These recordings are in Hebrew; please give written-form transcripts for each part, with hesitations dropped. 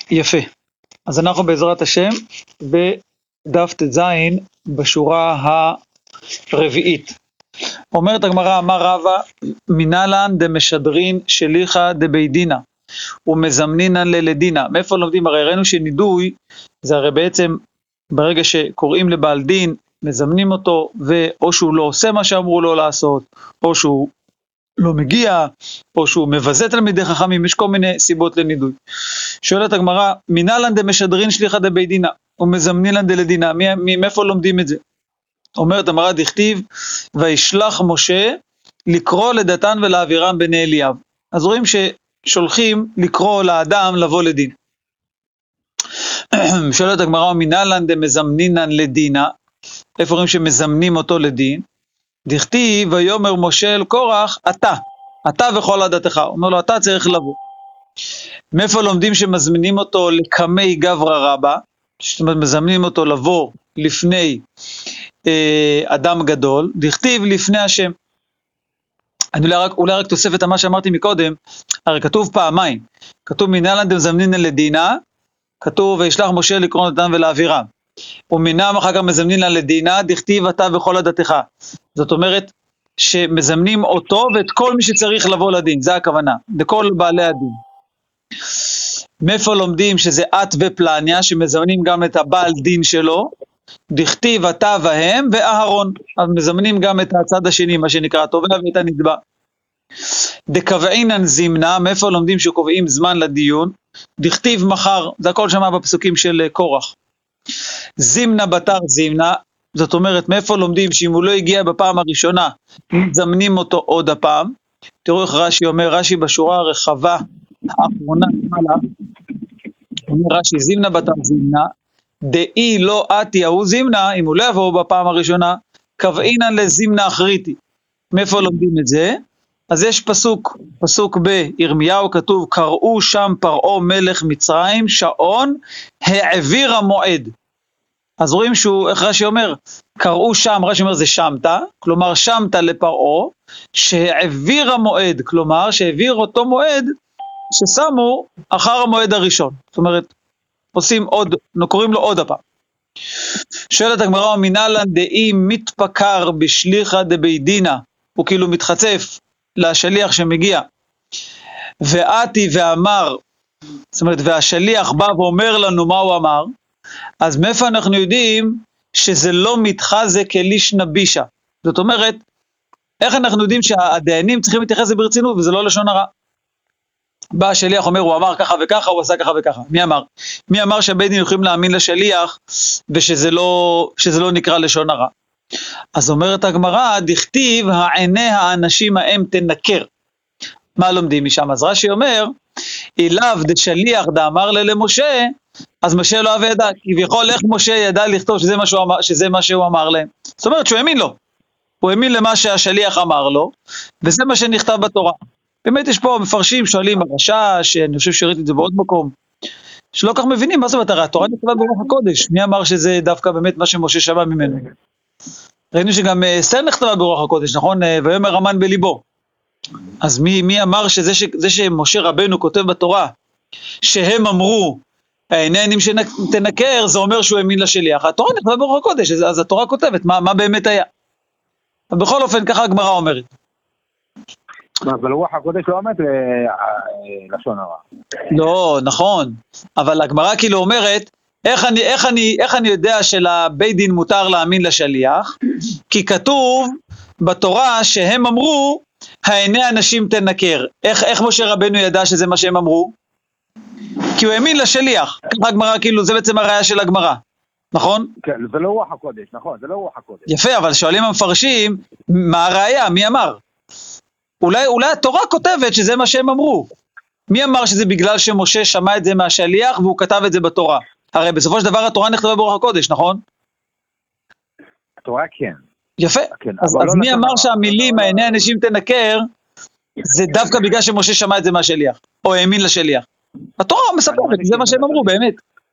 יפה. אז אנחנו בעזרת השם בדף ט"ז בשורה הרביעית. אומרת הגמרא, אמר רבא, מנהלן דמשדרין שליחא דבי דינא ומזמנינן ללדינא. מאיפה לומדים? הרי ראינו שנידוי זה הרי בעצם ברגע שקוראים לבעל דין, מזמנים אותו, ואו שהוא לא עושה מה שאמרו לו לעשות, או שהוא לא מגיע, או שהוא מבזה תלמידי חכמים, יש כל מיני סיבות לנידוי. שואלת הגמרא, מנהלן דמשדרין שליחא דבי דינא ומזמנינן דלדינא, מאיפה לומדים את זה? אומרת הגמרא, דכתיב, וישלח משה לקרוא לדתן ולאבירם בני אליאב. אז רואים ששולחים לקרוא לאדם לבוא לדין. שואלת הגמרא, מנהלן דמזמנינן לדינא, איפה רואים שמזמנים אותו לדין? דכתיב, ויאמר משה אל קורח, אתה וכל עדתך. אומר לו, אתה צריך לבוא. מאיפה לומדים שמזמינים אותו לקמי גברא רבא? זאת אומרת, מזמנים אותו לבוא לפני אדם גדול, דכתיב לפני השם. אני אולי רק תוסף את מה שאמרתי מקודם, הרי כתוב פעמיים, כתוב מנהלן דמזמנינן לדינא, כתוב וישלח משה לקרוא לדתן ולאבירם, ומנם אחר כך מזמנינן לדינא, דכתיב אתה וכל עדתך. זאת אומרת שמזמנים אותו ואת כל מי שצריך לבוא לדין, זה הכוונה, לכל בעלי הדין. מאיפה לומדים שזה את ופלניה, שמזמנים גם את הבעל דין שלו, דכתיב אתה והם ואהרון, אז מזמנים גם את הצד השני, מה שנקרא התובע ואת הנתבע. דקבעינן זימנה, מאיפה לומדים שקובעים זמן לדיון? דכתיב מחר, זה הכל שמה בפסוקים של קורח. זימנה בתר זימנה, זאת אומרת מאיפה לומדים שאם הוא לא הגיע בפעם הראשונה, מזמנים אותו עוד הפעם. תראו איך רש"י אומר, רש"י בשורה הרחבה האחרונה, אומר רש"י, זימנה בתר זימנה, דאי לא אתי ההוא זימנה, אם הוא לא יבוא בפעם הראשונה, קבעינן לזימנה אחריתי. מאיפה לומדים את זה? אז יש פסוק בירמיהו, כתוב, קראו שם פרעה מלך מצרים, שעון העביר המועד. אז רואים שהוא, איך רש"י אומר, קראו שם, רש"י אומר זה שמתה, כלומר שמתה לפרעה, שהעביר המועד, כלומר שהעביר אותו מועד, ששמו אחר המועד הראשון. זאת אומרת, עושים עוד, קוראים לו עוד הפעם. שואלת הגמרא, מנהלן דאי מתפקר בשליחא דבי דינא, הוא כאילו מתחצף לשליח שמגיע, ואתי ואמר, זאת אומרת, והשליח בא ואומר לנו מה הוא אמר, אז מאיפה אנחנו יודעים שזה לא מתחזה כלישנא בישא? זאת אומרת, איך אנחנו יודעים שהדיינים צריכים להתייחס לזה ברצינות, וזה לא לשון הרע? בא השליח אומר, הוא אמר ככה וככה, הוא עשה ככה וככה. מי אמר? מי אמר שהבית דין יכולים להאמין לשליח, ושזה לא נקרא לשון הרע? אז אומרת הגמרא, דכתיב, העיני האנשים ההם תנקר. מה לומדים משם? אז רש"י אומר, אליו דשליח דאמר למשה, אז משה לא אהב ידע, כביכול איך משה ידע לכתוב שזה מה שהוא אמר להם. זאת אומרת שהוא האמין לו, הוא האמין למה שהשליח אמר לו, וזה מה שנכתב בתורה. באמת יש פה מפרשים, שואלים הרש"ש, שאני חושב שראיתי את זה בעוד מקום, שלא כך מבינים מה זאת אומרת, התורה נכתבה ברוח הקודש, מי אמר שזה דווקא באמת מה שמשה שמע ממנו? ראינו שגם אסתר נכתבה ברוח הקודש, נכון? ויאמר המן בליבו. אז מי אמר שזה שמשה רבנו כותב בתורה, שהם אמרו, העיני שתנקר, זה אומר שהוא האמין לשליח. התורה נכתבה ברוח הקודש, אז התורה כותבת, מה באמת היה? בכל אופן, ככה הגמרא אומרת. אבל רוח הקודש לא אומרת לשון הרע. לא, נכון. אבל הגמרא כאילו אומרת, איך אני יודע שלבית דין מותר להאמין לשליח? כי כתוב בתורה שהם אמרו, העיני אנשים תנקר. איך משה רבנו ידע שזה מה שהם אמרו? כי הוא האמין לשליח. ככה הגמרא, כאילו, זה בעצם הראיה של הגמרא. נכון? כן, זה לא רוח הקודש, נכון, זה לא רוח הקודש. יפה, אבל שואלים המפרשים, מה הראיה? מי אמר? אולי התורה כותבת שזה מה שהם אמרו. מי אמר שזה בגלל שמשה שמע את זה מהשליח והוא כתב את זה בתורה? הרי בסופו של דבר התורה נכתבה ברוח הקודש, נכון? התורה כן. יפה. כן, אז מי אמר שהמילים העיני אנשים תנקר, זה דווקא בגלל שמשה שמע את זה מהשליח, או האמין לשליח? התורה מספרת, זה מה שהם אמרו, באמת.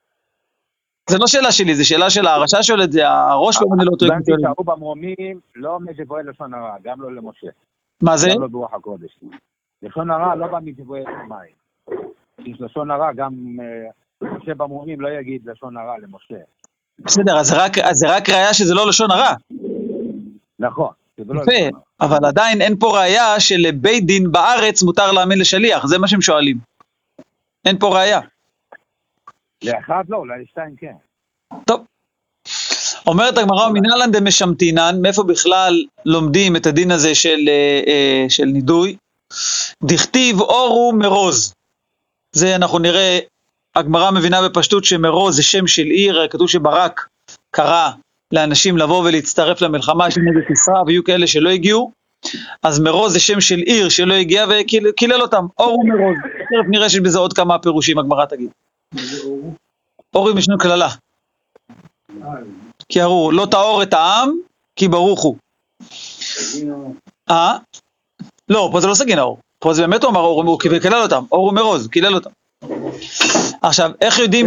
זה לא שאלה שלי, זה שאלה של הרש"ש שואל את זה, הראש לא מנה לא טועה. הבנתי שהרוב המרומים לא מדברי לשון הרע, גם לא למשה. מה זה? גם לא ברוח הקודש. לשון הרע לא בא מדברי שמיים. יש לשון הרע גם משה במומים לא יגיד לשון הרע למשה. בסדר, אז זה רק ראיה שזה לא לשון הרע. נכון. שזה לא יפה, לשון הרע. אבל עדיין אין פה ראיה שלבית דין בארץ מותר להאמין לשליח, זה מה שהם שואלים. אין פה ראיה. לאחד לא, אולי לשתיים כן. טוב. אומרת הגמרא מנהלן דמשמתינן, מאיפה בכלל לומדים את הדין הזה של נידוי? דכתיב אורו מרוז. זה אנחנו נראה, הגמרא מבינה בפשטות שמרוז זה שם של עיר, כתוב שברק קרא לאנשים לבוא ולהצטרף למלחמה נגד סיסרא, ויהיו כאלה שלא הגיעו, אז מרוז זה שם של עיר שלא הגיע וקילל אותם, אורו מרוז. תכף נראה שבזה עוד כמה פירושים הגמרא תגיד. אורי משנו כללה. כי ארור, לא תאור את העם, כי ברוך הוא. לא, פה זה לא סגין האור. פה זה באמת הוא אמר אור, הוא קילל אותם. אור הוא מרוז, קילל אותם. עכשיו, איך יודעים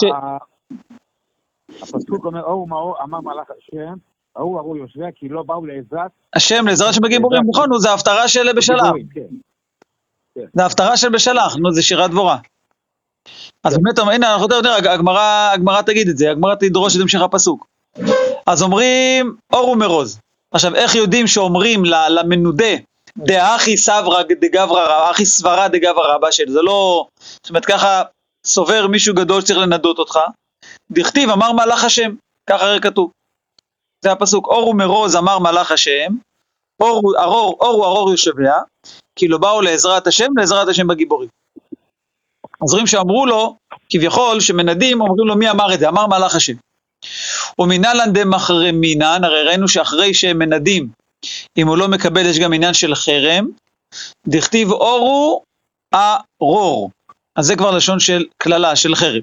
הפסוק אומר, אור אמר מלאך השם, אור יושביה, כי לא באו לעזרת... השם, לעזרת שבגיבורים, נכון, זה ההפטרה של בשלח. זה ההפטרה של בשלח, זה שירת דבורה. אז באמת, הנה, אנחנו יודעים, הגמרא תגיד את זה, הגמרא תדרוש את המשך הפסוק. אז אומרים, אור ומרוז. עכשיו, איך יודעים שאומרים למנודה, דאחי סברא דגברא רבא, אחי סברא דגברא רבא, שזה לא, זאת אומרת, ככה סובר מישהו גדול שצריך לנדות אותך, דכתיב, אמר מלאך השם, ככה הרי כתוב. זה הפסוק, אור ומרוז אמר מלאך השם, אור יושביה, כי לא באו לעזרת השם בגיבורים. אז רואים שאמרו לו, כביכול, שמנדים, אומרים לו מי אמר את זה, אמר מלאך השם. ומנהלן דמחרמינן, הרי ראינו שאחרי שהם מנדים, אם הוא לא מקבל יש גם עניין של חרם, דכתיב אורו ארור, אז זה כבר לשון של כללה, של חרם.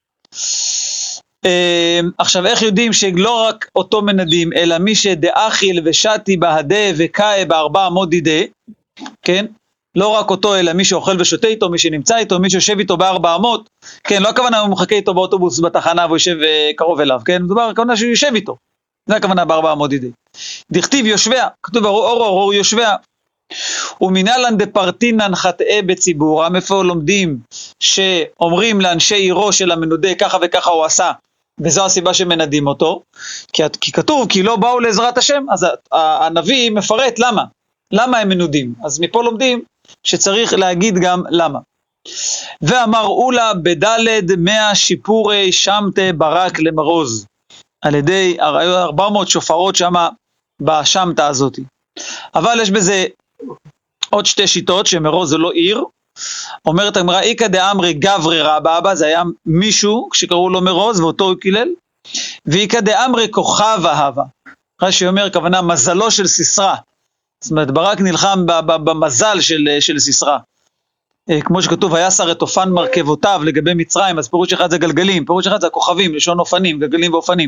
עכשיו איך יודעים שלא רק אותו מנדים, אלא מי שדאכיל ושתי בהדה וקאי בארבע אמות דידי, כן? לא רק אותו, אלא מי שאוכל ושותה איתו, מי שנמצא איתו, מי שיושב איתו בארבע אמות, כן, לא הכוונה הוא מחכה איתו באוטובוס בתחנה והוא יושב קרוב אליו, כן, מדובר הכוונה שהוא יושב איתו, זה הכוונה בארבע אמות דידי. דכתיב יושביה, כתוב אור יושביה, ומנהלן דפרטינן חטאה בציבור, מאיפה לומדים שאומרים לאנשי עירו של המנודה ככה וככה הוא עשה, וזו הסיבה שמנדים אותו, כי כתוב כי לא באו לעזרת השם, אז הנביא מפרט למה הם מנודים, אז מפה לומדים שצריך להגיד גם למה. ואמר אולה בדלת 100 שיפורי שמתה ברק למרוז, על ידי 400 שופרות שמה בשמתה הזאת. אבל יש בזה עוד שתי שיטות, שמרוז זה לא עיר. אומרת הגמרא, איקא דאמרי גברי רבא, זה היה מישהו שקראו לו מרוז ואותו הוא קילל, ואיקא דאמרי כוכב אהבה. רש"י אומר, כוונה מזלו של סיסרא. זאת אומרת, ברק נלחם במזל של סיסרא. כמו שכתוב, ויסר את אופן מרכבותיו לגבי מצרים, אז פירוש אחד זה גלגלים, פירוש אחד זה הכוכבים, לשון אופנים, גלגלים ואופנים.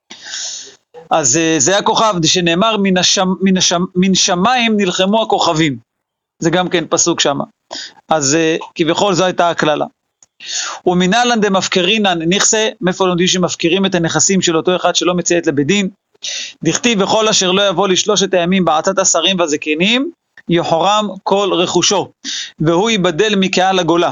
אז זה היה כוכב שנאמר, מן שמיים נלחמו הכוכבים. זה גם כן פסוק שם. אז כביכול זו הייתה הכללה. ומנהלן דמפקרינן נכסה, מאיפה לומדים שמפקירים את הנכסים של אותו אחד שלא מציית לבית דין, דכתיב וכל אשר לא יבוא לשלושת הימים בעצת השרים והזקנים, יחורם כל רכושו, והוא ייבדל מקהל הגולה.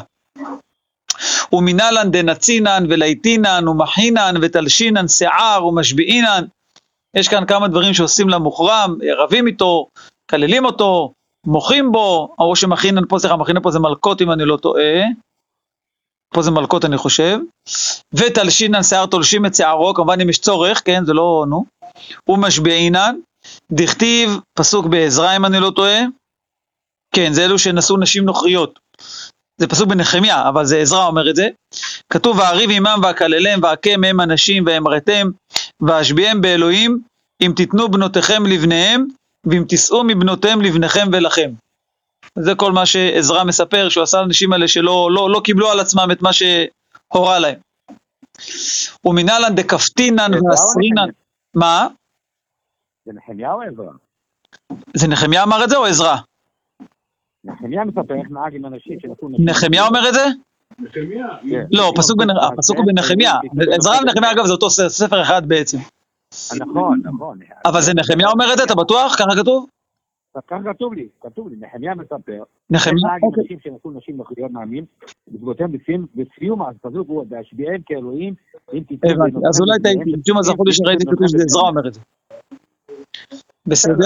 ומנהלן דנצינן ולהיטינן ומחינן ותלשינן שיער ומשביעינן, יש כאן כמה דברים שעושים למוחרם, רבים איתו, כללים אותו, מוחים בו, או שמחינן פה, מחינן פה זה מלכות אם אני לא טועה, פה זה מלכות אני חושב, ותלשינן שיער תולשים את שיערו, כמובן אם יש צורך, כן, זה לא, ומשביעינן, דכתיב, פסוק בעזרא אם אני לא טועה, כן, זה אלו שנשאו נשים נוכריות, זה פסוק בנחמיה, אבל זה עזרא אומר את זה, כתוב, והריב עמם והכללם, והקם הם אנשים והמרתם, והשביעם באלוהים, אם תיתנו בנותיכם לבניהם, ואם תישאו מבנותיהם לבניכם ולכם. זה כל מה שעזרא מספר, שהוא עשה לאנשים האלה שלא קיבלו על עצמם את מה שהורה להם. ומנהלן דקפטינן ועשרינן, מה? זה נחמיה או עזרא? זה נחמיה אמר את זה או עזרא? נחמיה מספר איך נהג עם אנשים שנתנו נשים. נחמיה אומר את זה? נחמיה. לא, הפסוק הוא בנחמיה. עזרא ונחמיה אגב זה אותו ספר אחד בעצם. נכון. אבל זה נחמיה אומר את זה, אתה בטוח? ככה כתוב? כך כתוב לי, נחמיה מספר, נחמיה, אוקיי. אנשים שנשאו נשים נוכריות מעמים, בסביבותיהם בסיום הפסוק הוא, בהשביעם כאלוהים, הבנתי, אז אולי טעיתי, משום מה זכור לי שראיתי כתוב שזה עזרא אומר את זה. בסדר?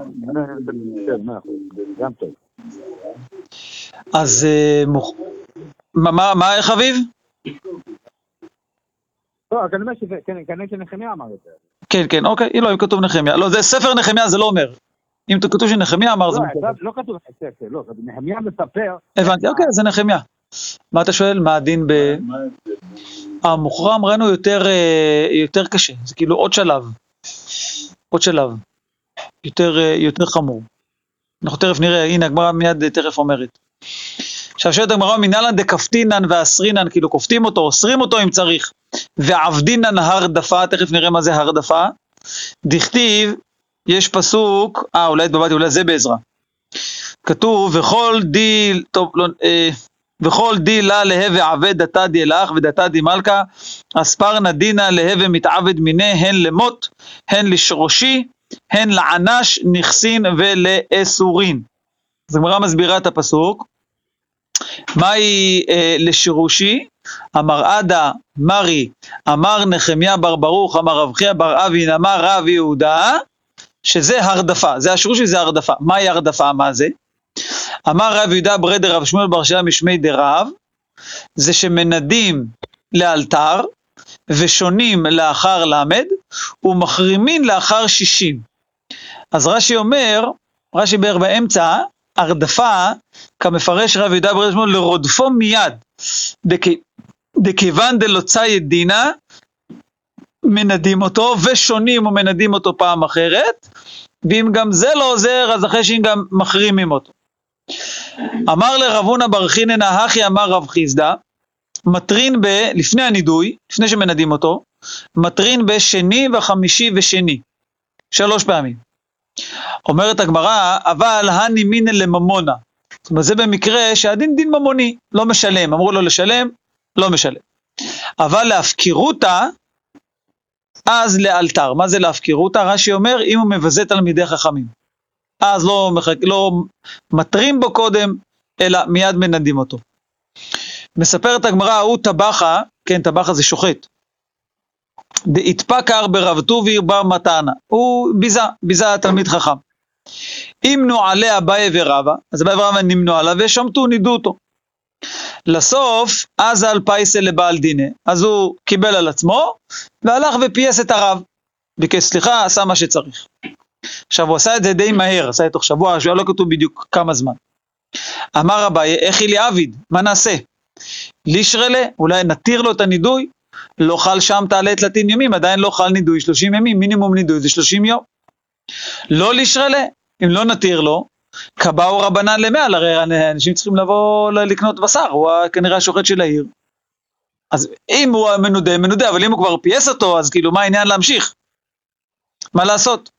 גם טוב. אז מה חביב? לא, כנראה שנחמיה אמר את זה. כן, אוקיי, לא, אם כתוב נחמיה. לא, זה ספר נחמיה, זה לא אומר. אם כתוב שנחמיה אמר, זה לא, לא כתוב ספר, לא, נחמיה מספר. הבנתי, אוקיי, זה נחמיה. מה אתה שואל? מה הדין ב... המוחרם ראינו יותר קשה, זה כאילו עוד שלב. יותר חמור. אנחנו תכף נראה, הנה הגמרא מיד תכף אומרת. עכשיו שואלת הגמרא, מנהלן דקפטינן ואסרינן, כאילו כופתים אותו, אוסרים אותו אם צריך, ועבדינן הרדפה, תכף נראה מה זה הרדפה. דכתיב, יש פסוק, אולי התבלבלתי, אולי זה בעזרא. כתוב, וכל דיל לה להווה עבד דתה דילך ודתה דימלכה, אספרנה דינה להווה מתעבד מיני, הן למות, הן לשרושי, הן לענש, נכסין ולאסורין. אז הגמרא מסבירה את הפסוק. מהי לשירושי? אמר עדה מרי, אמר נחמיה בר ברוך, אמר רב חייא בר אבין, אמר רב יהודה, שזה הרדפה, זה השירושי, זה הרדפה. מהי הרדפה? מה זה? אמר רב יהודה ברי דרב שמואל בר שיה משמי דרב, זה שמנדים לאלתר, ושונים לאחר למד, ומחרימין לאחר 60. אז רש"י אומר, רש"י בערך באמצע, הרדפה, כמפרש רב יהודה ברי שמואל, לרודפו מיד, דכיוון דלוצאי דינה, מנדים אותו, ושונים ומנדים אותו פעם אחרת, ואם גם זה לא עוזר, אז אחרי שהם גם מחרימים אותו. אמר לרב הונא בר חיננה הכי, אמר רב חיסדא, מטרין לפני הנידוי, לפני שמנדים אותו, מטרין בשני וחמישי ושני, 3 פעמים. אומרת הגמרא, אבל הנימין לממונה, זאת אומרת זה במקרה שהדין דין ממוני, לא משלם, אמרו לו לשלם, לא משלם. אבל להפקירותה, אז לאלתר. מה זה להפקירותה? רש"י אומר, אם הוא מבזה תלמידי חכמים. אז לא מטרים בו קודם, אלא מיד מנדים אותו. מספרת הגמרא, הוא טבחה, כן, טבחה זה שוחט, דאיתפקר ברב טובי בר מתנה, הוא ביזה תלמיד חכם. אימנו עליה אביי ורבא, אז אביי ורבא נמנו עליו ושמטו, נידו אותו. לסוף, אז על פייסה לבעל דינה, אז הוא קיבל על עצמו, והלך ופייס את הרב, ביקש סליחה, עשה מה שצריך. עכשיו הוא עשה את זה די מהר, עשה את תוך שבוע, שהוא לא כתוב בדיוק כמה זמן. אמר אביי, איך לי עביד, מה נעשה? לישרלה, אולי נתיר לו את הנידוי, לא חל שם תעלה תלתין ימים, עדיין לא חל נידוי 30 ימים, מינימום נידוי זה 30 יום. לא לישרלה, אם לא נתיר לו, קבעו רבנן למעל, הרי אנשים צריכים לבוא לקנות בשר, הוא כנראה השוחט של העיר. אז אם הוא מנודה, אבל אם הוא כבר פייס אותו, אז כאילו מה העניין להמשיך? מה לעשות?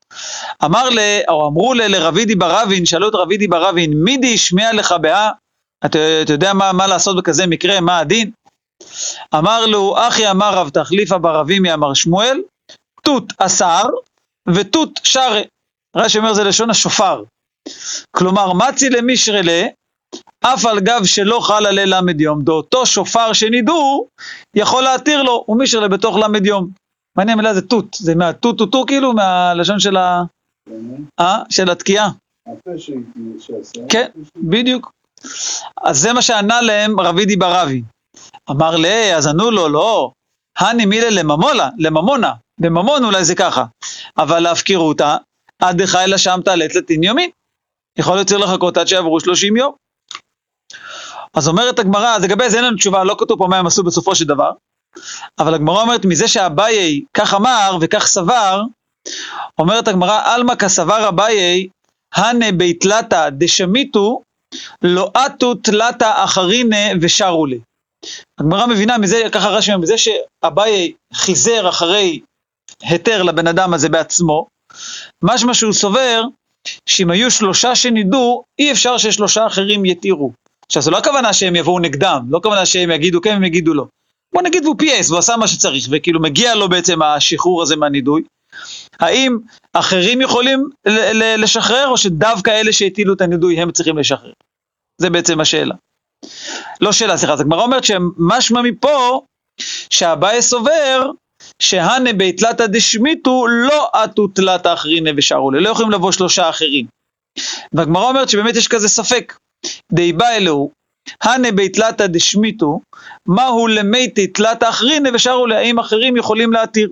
אמרו לרבידי ברבין, שאלו את רבידי ברבין, מידי ישמיע לך באה, אתה יודע מה לעשות בכזה מקרה, מה הדין? אמר לו, אחי אמר רב תחליפה ברבימי אמר שמואל, תות אסר ותות שרה. רש"י אומר זה לשון השופר. כלומר, מצי למישרלה, אף על גב שלא חל עלי למד יום, דאותו שופר שנידו, יכול להתיר לו, ומישרלה בתוך למד יום. מעניין מילה זה תות, זה מהתות טוטו כאילו, מהלשון של התקיעה. כן, בדיוק. אז זה מה שענה להם רבידי ברבי. אמר לי, אז ענו לו, לא, הני מילה לממונה, בממון אולי זה ככה, אבל להפקירו אותה, עד דחי לה שם תעלה תלתין יומין, יכול להיות צריך לחכות עד שיעברו 30 יום. אז אומרת הגמרא, אז לגבי זה אין לנו תשובה, לא כתוב פה מה הם עשו בסופו של דבר, אבל הגמרא אומרת, מזה שאביי כך אמר וכך סבר, אומרת הגמרא, אלמה כסבר אביי, הנה ביתלתה דשמיתו, לא עטו תלתה אחרינה ושרו לי. הגמרא מבינה מזה, ככה רש"י אומר, מזה שאביי חיזר אחרי היתר לבן אדם הזה בעצמו, משמע שהוא סובר, שאם היו 3 שנידו, אי אפשר ש3 אחרים יתירו. עכשיו, זו לא הכוונה שהם יבואו נגדם, לא הכוונה שהם יגידו כן, הם יגידו לא. בוא נגיד הוא פייס, והוא עשה מה שצריך, וכאילו מגיע לו בעצם השחרור הזה מהנידוי, האם אחרים יכולים לשחרר, או שדווקא אלה שהטילו את הנידוי הם צריכים לשחרר? זה בעצם השאלה. לא שאלה, סליחה, אז הגמרא אומרת שמשמע מפה, שהאביי סובר, שהנה בהתלתא דשמיטו לא אתו תלתא אחרינא ושרו ליה, לא יכולים לבוא שלושה אחרים. והגמרא אומרת שבאמת יש כזה ספק, דאיבא אלוהו, הנה בהתלתא דשמיטו, מהו למיתי תלתא אחרינא ושרו ליה, האם אחרים יכולים להתיר?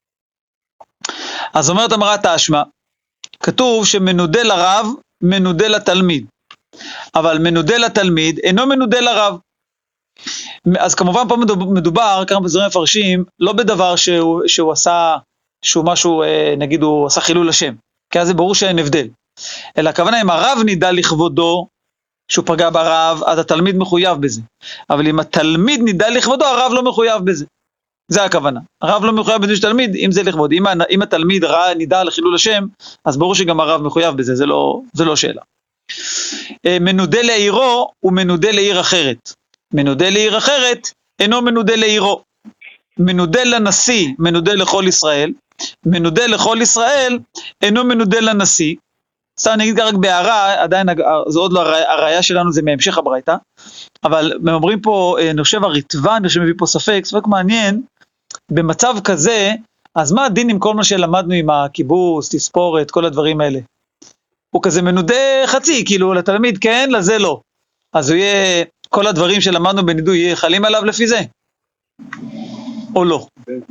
אז אומרת אמרה תשמע, כתוב שמנודה לרב, מנודה לתלמיד, אבל מנודה לתלמיד אינו מנודה לרב. אז כמובן פה מדובר, כמה בזרים מפרשים, לא בדבר שהוא עשה, שהוא משהו, נגיד הוא עשה חילול השם, כי אז זה ברור שאין הבדל. אלא הכוונה, אם הרב נידע לכבודו, שהוא פגע ברב, אז התלמיד מחויב בזה. אבל אם התלמיד נידע לכבודו, הרב לא מחויב בזה. זה הכוונה. הרב לא מחויב בזה שתלמיד, אם זה לכבוד. אם התלמיד נידע לחילול השם, אז ברור שגם הרב מחויב בזה, זה לא שאלה. מנודה לעירו, הוא מנודה לעיר אחרת. מנודה לעיר אחרת, אינו מנודה לעירו. מנודה לנשיא, מנודה לכל ישראל. מנודה לכל ישראל, אינו מנודה לנשיא. סתם אני אגיד רק בהערה, עדיין זו עוד לא הראייה שלנו, זה מהמשך הברייתא, אבל הם אומרים פה, אני חושב הריטב"ן, שמביא פה ספק מעניין, במצב כזה, אז מה הדין עם כל מה שלמדנו עם הכיבוס, תספורת, כל הדברים האלה? הוא כזה מנודה חצי, כאילו לתלמיד כן, לזה לא. אז הוא יהיה, כל הדברים שלמדנו בנידוי, יהיה חלים עליו לפי זה? או לא?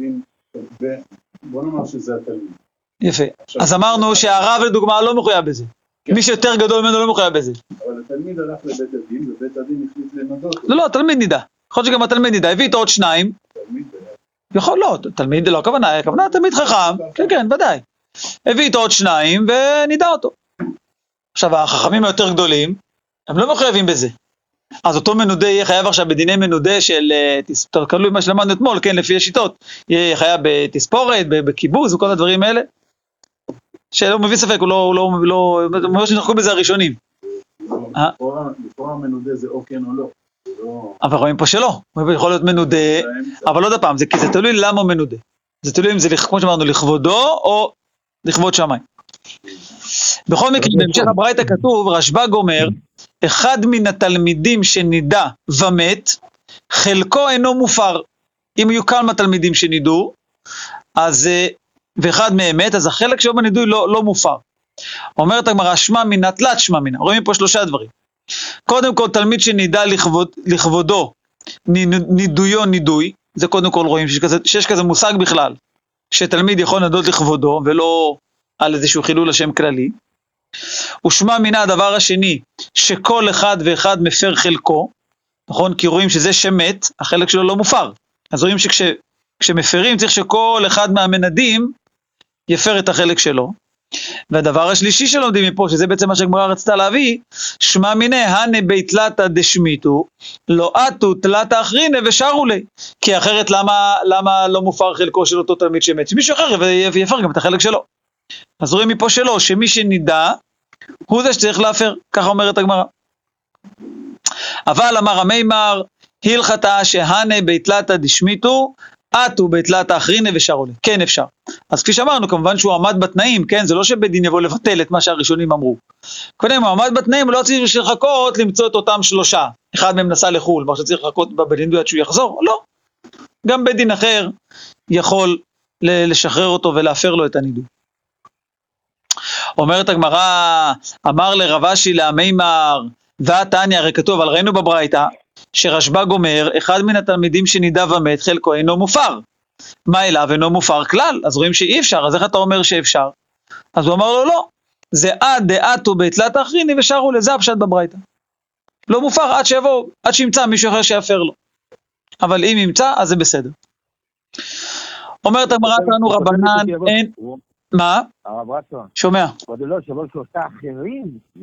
בוא נאמר שזה התלמיד. יפה. אז אמרנו שהרב לדוגמה לא מחויב בזה. מי שיותר גדול ממנו לא מחויב בזה. אבל התלמיד הלך לבית הדין, ובית הדין החליט לנדות. לא, התלמיד נידע. יכול להיות שגם התלמיד נידע. הביא איתו עוד שניים. יכול, לא, תלמיד, לא, הכוונה תלמיד חכם. כן, ודאי. הביא איתו עוד שניים ונידע אותו. עכשיו, החכמים היותר גדולים, הם לא מחויבים בזה. אז אותו מנודה יהיה חייב עכשיו בדיני מנודה של, תקלו מה שלמדנו אתמול, כן, לפי השיטות, יהיה חייב בתספורת, בכיבוס וכל הדברים האלה. שלא מביא ספק, הוא לא, ממש נשחקו בזה הראשונים. לכאורה מנודה זה או כן או לא. אבל רואים פה שלא, הוא יכול להיות מנודה, אבל עוד הפעם, כי זה תלוי למה הוא מנודה. זה תלוי אם זה, כמו שאמרנו, לכבודו או לכבוד שמיים. בכל מקרה, בהמשך הברייתא כתוב, רשב"ג אומר, אחד מן התלמידים שנידע ומת, חלקו אינו מופר. אם יהיו כמה תלמידים שנידעו, אז ואחד מהם מת, אז החלק שלו בנידוי לא מופר. אומרת הגמרא, שמע מינה תלת שמע מינה. רואים פה שלושה דברים. קודם כל, תלמיד שנידע לכבודו, נידויו נידוי, זה קודם כל רואים שיש כזה מושג בכלל, שתלמיד יכול לנדות לכבודו, ולא על איזשהו חילול השם כללי. ושמע מינה הדבר השני, שכל אחד ואחד מפר חלקו, נכון? כי רואים שזה שמת, החלק שלו לא מופר. אז רואים שכשמפרים צריך שכל אחד מהמנדים יפר את החלק שלו. והדבר השלישי שלומדים מפה, שזה בעצם מה שהגמרא רצתה להביא, שמע מינה הנה בהתלתא דשמיטו, לא אתו תלתא אחרינא ושרו ליה. כי אחרת למה לא מופר חלקו של אותו תלמיד שמת? שמישהו אחר יפר גם את החלק שלו. אז רואים מפה שלו, שמי שנידע, הוא זה שצריך להפר, ככה אומרת הגמרא. אבל אמר המימר, הלכתה שהנה בהתלתא דשמיטו, אתו בהתלתא אחרינא ושרו ליה. כן אפשר. אז כפי שאמרנו, כמובן שהוא עמד בתנאים, כן? זה לא שבית דין יבוא לבטל את מה שהראשונים אמרו. קודם הוא עמד בתנאים, הוא לא צריך לחכות למצוא את אותם שלושה. אחד מהם נסע לחול, מה שצריך לחכות בנידוי עד שהוא יחזור? לא. גם בית דין אחר יכול לשחרר אותו ולהפר לו את הנידוי. אומרת הגמרא, אמר לרב אשי להמימר, והתניא, הרי כתוב, אבל ראינו בברייתא, שרשב"ג אומר, אחד מן התלמידים שנידע ומת, חלקו אינו מופר. מה אליו אינו מופר כלל? אז רואים שאי אפשר, אז איך אתה אומר שאפשר? אז הוא אמר לו, לא, זה עד דעתו בהתלתא אחרינא ושרו ליה, זה הפשט בברייתא. לא מופר עד שימצא מישהו אחר שיפר לו. אבל אם ימצא, אז זה בסדר. אומרת הגמרא לנו רבנן, אין... מה? הרב רצון. שומע. אבל לא, שלושה אחרים.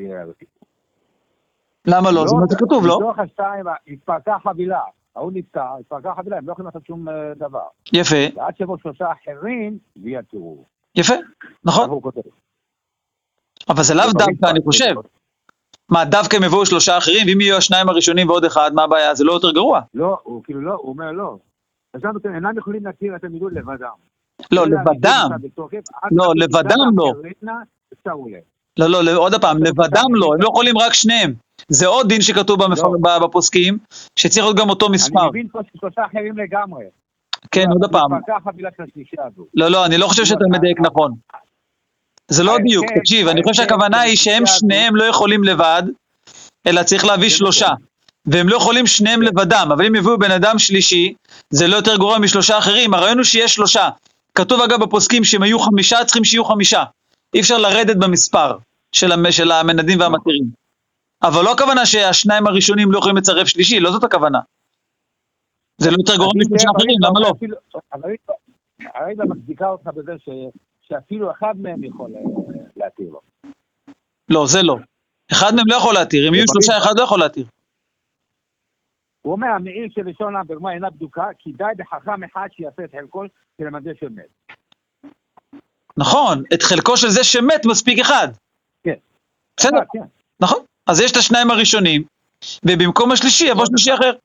למה לא? זה מה זה כתוב, לא? מתוך השתיים, התפרקה חבילה. ההוא נפטר, התפרקה חבילה, הם לא יכולים לעשות שום דבר. יפה. ועד שבו שלושה אחרים, ויתרו. יפה, נכון. אבל זה לאו דווקא, אני חושב. מה, דווקא הם יבואו שלושה אחרים, ואם יהיו השניים הראשונים ועוד אחד, מה הבעיה? זה לא יותר גרוע. לא, הוא כאילו לא, הוא אומר לא. אז אינם יכולים להכיר את הנידוי לבדם. לא, לבדם. לא, לבדם לא. לא, עוד פעם, לבדם לא, הם לא יכולים רק שניהם. זה עוד דין שכתוב בפוסקים, שצריך להיות גם אותו מספר. אני מבין פה ששלושה אחרים לגמרי. כן, עוד פעם. לא, אני לא חושב שאתה מדייק נכון. זה לא דיוק, תקשיב, אני חושב שהכוונה היא שהם שניהם לא יכולים לבד, אלא צריך להביא שלושה. והם לא יכולים שניהם לבדם, אבל אם יביאו בן אדם שלישי, זה לא יותר גרוע משלושה אחרים. הרעיון הוא שיש שלושה. כתוב אגב בפוסקים שהם היו 5, צריכים שיהיו 5. אי אפשר לרדת במספר של המנדים והמתירים. אבל לא הכוונה שהשניים הראשונים לא יכולים לצרף שלישי, לא זאת הכוונה. זה לא יותר גרוע משלושה אחרים, למה לא? הרי זה מצדיקה אותך בזה שאפילו אחד מהם יכול להתיר לו. לא, זה לא. אחד מהם לא יכול להתיר, אם יהיו שלושה, אחד לא יכול להתיר. הוא אומר, המעיל של לשון בגמרא אינה בדוקה, כי די בחכם אחד שיעשה את חלקו של המדי שמת. נכון, את חלקו של זה שמת מספיק אחד. כן. בסדר, נכון. אז יש את השניים הראשונים, ובמקום השלישי יבוא שלישי אחר.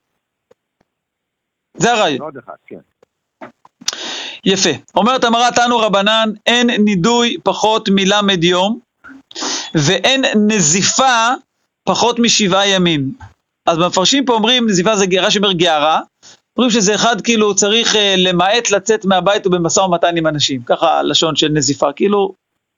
זה הרעיון. עוד אחד, כן. יפה. אומרת אמרת תנו רבנן, אין נידוי פחות מלמד יום, ואין נזיפה פחות מ7 ימים. אז מפרשים פה אומרים, נזיפה זה גערה שאומר גערה, אומרים שזה אחד כאילו צריך למעט לצאת מהבית ובמשא ומתן עם אנשים, ככה לשון של נזיפה, כאילו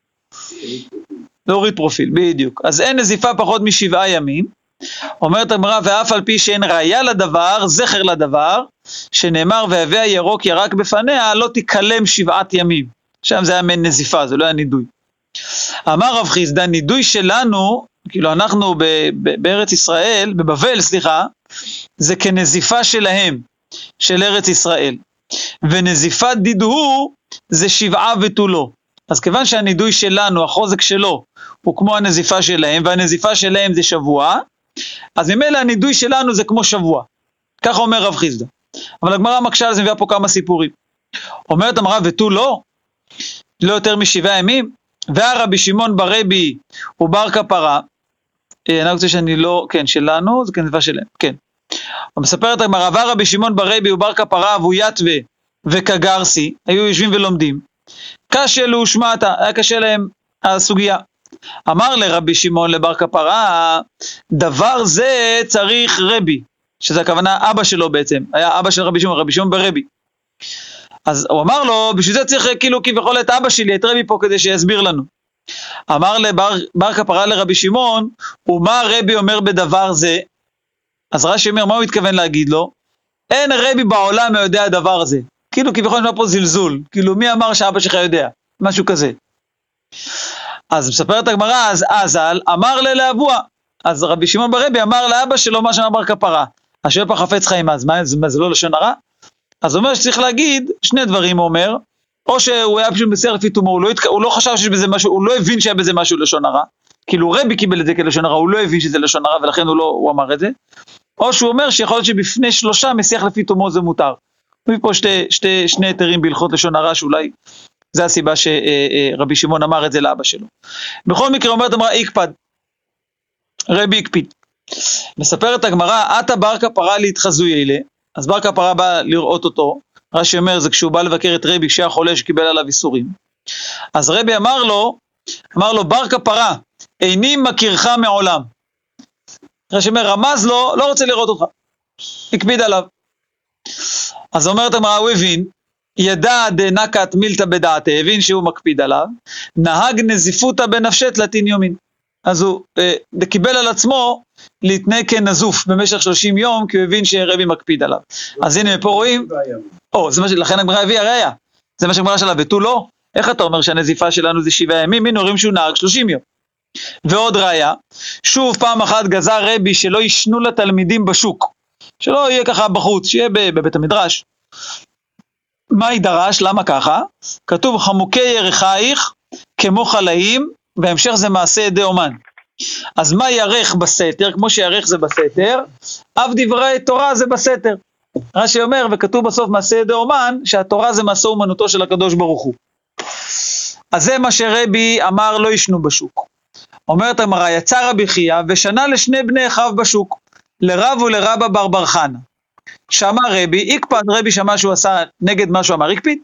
להוריד פרופיל, בדיוק. אז אין נזיפה פחות מ7 ימים, אומרת הגמרא, ואף על פי שאין ראיה לדבר, זכר לדבר, שנאמר והווה הירוק ירק בפניה, לא תקלם 7 ימים. שם זה היה מעין נזיפה, זה לא היה נידוי. אמר רב חיסדא, נידוי שלנו, כאילו אנחנו בארץ ישראל, בבבל סליחה, זה כנזיפה שלהם, של ארץ ישראל. ונזיפת דידהו זה 7 ותו לא. אז כיוון שהנידוי שלנו, החוזק שלו, הוא כמו הנזיפה שלהם, והנזיפה שלהם זה שבוע, אז ממילא הנידוי שלנו זה כמו שבוע. ככה אומר רב חיסדא. אבל הגמרא מקשה על זה, מביאה פה כמה סיפורים. אומרת המראה ותו לא, לא יותר מ7 ימים, והרבי שמעון ברבי הוא בר כפרה, אני רוצה שאני לא, כן, שלנו, זה כנזיפה שלהם, כן. הוא מספר את הגמרא, והרבי שמעון ברבי הוא בר כפרה, והוא יתווה וכגרסי, היו יושבים ולומדים. קשה לו שמעתה, היה קשה להם הסוגיה. אמר לרבי שמעון לבר כפרה, דבר זה צריך רבי, שזה הכוונה אבא שלו בעצם, היה אבא של רבי שמעון ברבי. אז הוא אמר לו, בשביל זה צריך כאילו כביכול את אבא שלי, את רבי פה כדי שיסביר לנו. אמר לבר כפרה לרבי שמעון, ומה רבי אומר בדבר זה? אז רש"י אומר, מה הוא התכוון להגיד לו? אין רבי בעולם יודע הדבר הזה. כאילו כביכול נשמע פה זלזול, כאילו מי אמר שאבא שלך יודע? משהו כזה. אז מספרת הגמרא, אז אזל אמר לאבוה. אז רבי שמעון ברבי אמר לאבא שלו מה שאמר בר כפרה. אז שואל פה חפץ חיים, אז מה זה לא לשון הרע? אז הוא אומר שצריך להגיד שני דברים, הוא אומר, או שהוא היה פשוט בסער לפי תומו, הוא לא חשב שיש בזה משהו, הוא לא הבין שהיה בזה משהו לשון הרע, כאילו רבי קיבל את זה כלשון הרע, הוא לא הבין שזה לשון הרע, ולכן הוא אמר את זה, או שהוא אומר שיכול להיות שבפני 3 משיח לפי תומו זה מותר. ופה שני היתרים בהלכות לשון הרע, שאולי זה הסיבה שרבי שמעון אמר את זה לאבא שלו. בכל מקרה אומרת אמרה איקפד, רבי איקפיד. מספרת הגמרא, אתה בר כפרה להתחזוי אלה, אז בר כפרה בא לראות אותו, רש"י אומר זה כשהוא בא לבקר את רבי כשהיה חולה שקיבל עליו איסורים. אז רבי אמר לו בר כפרה, איני מכירך מעולם. רש"י אומר רמז לו, לא רוצה לראות אותך, הקפיד עליו. אז אומרת הגמרא, הוא הבין, ידע דנקת מילתא בדעתה, הבין שהוא מקפיד עליו, נהג נזיפותא בנפשת לתין יומין. אז הוא קיבל על עצמו להתנהג כנזוף במשך 30 יום, כי הוא הבין שרבי מקפיד עליו. אז הנה פה רואים, לכן הגמרא הביאה ראיה, זה מה שהגמרא שלה, ותו לא, איך אתה אומר שהנזיפה שלנו זה 7 ימים, הנה רואים שהוא נהג 30 יום. ועוד ראיה, שוב פעם אחת גזר רבי שלא ישנו לתלמידים בשוק, שלא יהיה ככה בחוץ, שיהיה בבית המדרש. מה ידרש? למה ככה? כתוב חמוקי ירחייך כמו חלאים, בהמשך זה מעשה ידי אומן. אז מה ירח בסתר? כמו שירח זה בסתר, אף דברי תורה זה בסתר. רש"י אומר, וכתוב בסוף מעשה ידי אומן, שהתורה זה מעשה אומנותו של הקדוש ברוך הוא. אז זה מה שרבי אמר לא ישנו בשוק. אומרת הגמרא, יצא רבי חייא ושנה לשני בני אחיו בשוק, לרב ולרבא בר בר חנא. שמע רבי, איקפד, רבי שמע שהוא עשה נגד מה שהוא אמר, איקפיד.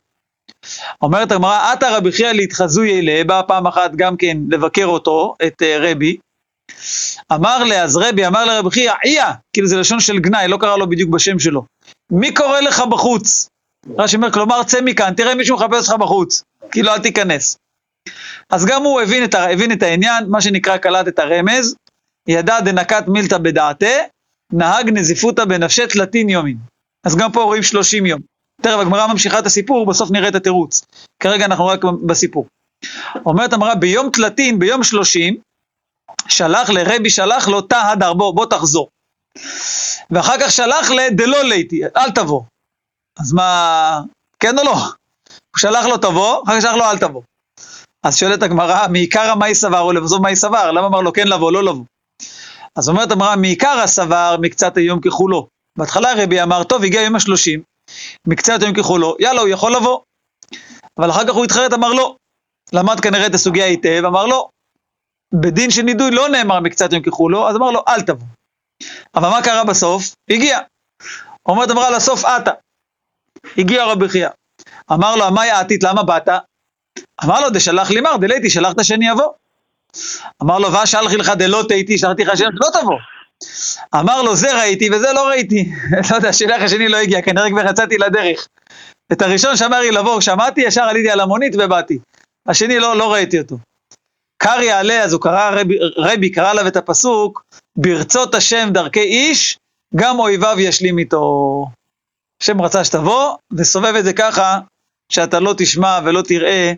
אומרת הגמרא, עתה רבי חייא להתחזוי אלה, בא פעם אחת גם כן לבקר אותו, את רבי, אמר לה, אז רבי אמר לרבי חייא, איה, כאילו זה לשון של גנאי, לא קרא לו בדיוק בשם שלו, מי קורא לך בחוץ? רש"י אומר, כלומר, צא מכאן, תראה מישהו מחפש לך בחוץ, כאילו אל תיכנס. אז גם הוא הבין את העניין, מה שנקרא קלט את הרמז, ידע דנקת מילתא בדעתה, נהג נזיפותא בנפשי תלתין יומין. אז גם פה רואים 30 יום. תראה, הגמרא ממשיכה את הסיפור, בסוף נראה את התירוץ. כרגע אנחנו רק בסיפור. אומרת הגמרא, ביום תלתין, ביום 30, שלח לו תא הדר, בוא תחזור. ואחר כך שלח דלא ליתי, אל תבוא. אז מה, כן או לא? הוא שלח לו תבוא, אחר כך שלח לו אל תבוא. אז שואלת הגמרא, מעיקר מה יסבר או לבסוף מה יסבר? למה אמר לו כן לבוא, לא לבוא? אז אומרת הגמרא, מעיקר הסבר מקצת היום ככולו. בהתחלה רבי אמר, טוב, הגיע יום ה-30, מקצת היום ככולו, יאללה, הוא יכול לבוא. אבל אחר כך הוא התחרט, אמר לא. למד כנראה את הסוגיה היטב, אמר לא. בדין של נידוי לא נאמר מקצת יום ככולו, אז אמר לו, אל תבוא. אבל מה קרה בסוף? הגיע. אומרת אמרה, לסוף עתה. הגיע רבי חייא. אמר לו, מה יעתית, למה באת? אמר לו, דשלח לי מר, דליתי, שלחת שאני אבוא. אמר לו, ושלחי לך דלא תהייתי, שלחתי לך שלח, לא תבוא. אמר לו, זה ראיתי וזה לא ראיתי. לא יודע, השלח השני לא הגיע, כנראה כבר יצאתי לדרך. את הראשון שאמר לי לבוא, שמעתי, ישר עליתי על המונית ובאתי. השני לא ראיתי אותו. קרא עליה, אז הוא רבי קרא עליו את הפסוק, ברצות השם דרכי איש, גם אויביו ישלים איתו. השם רצה שתבוא, וסובב את זה ככה, שאתה לא תשמע ולא תראה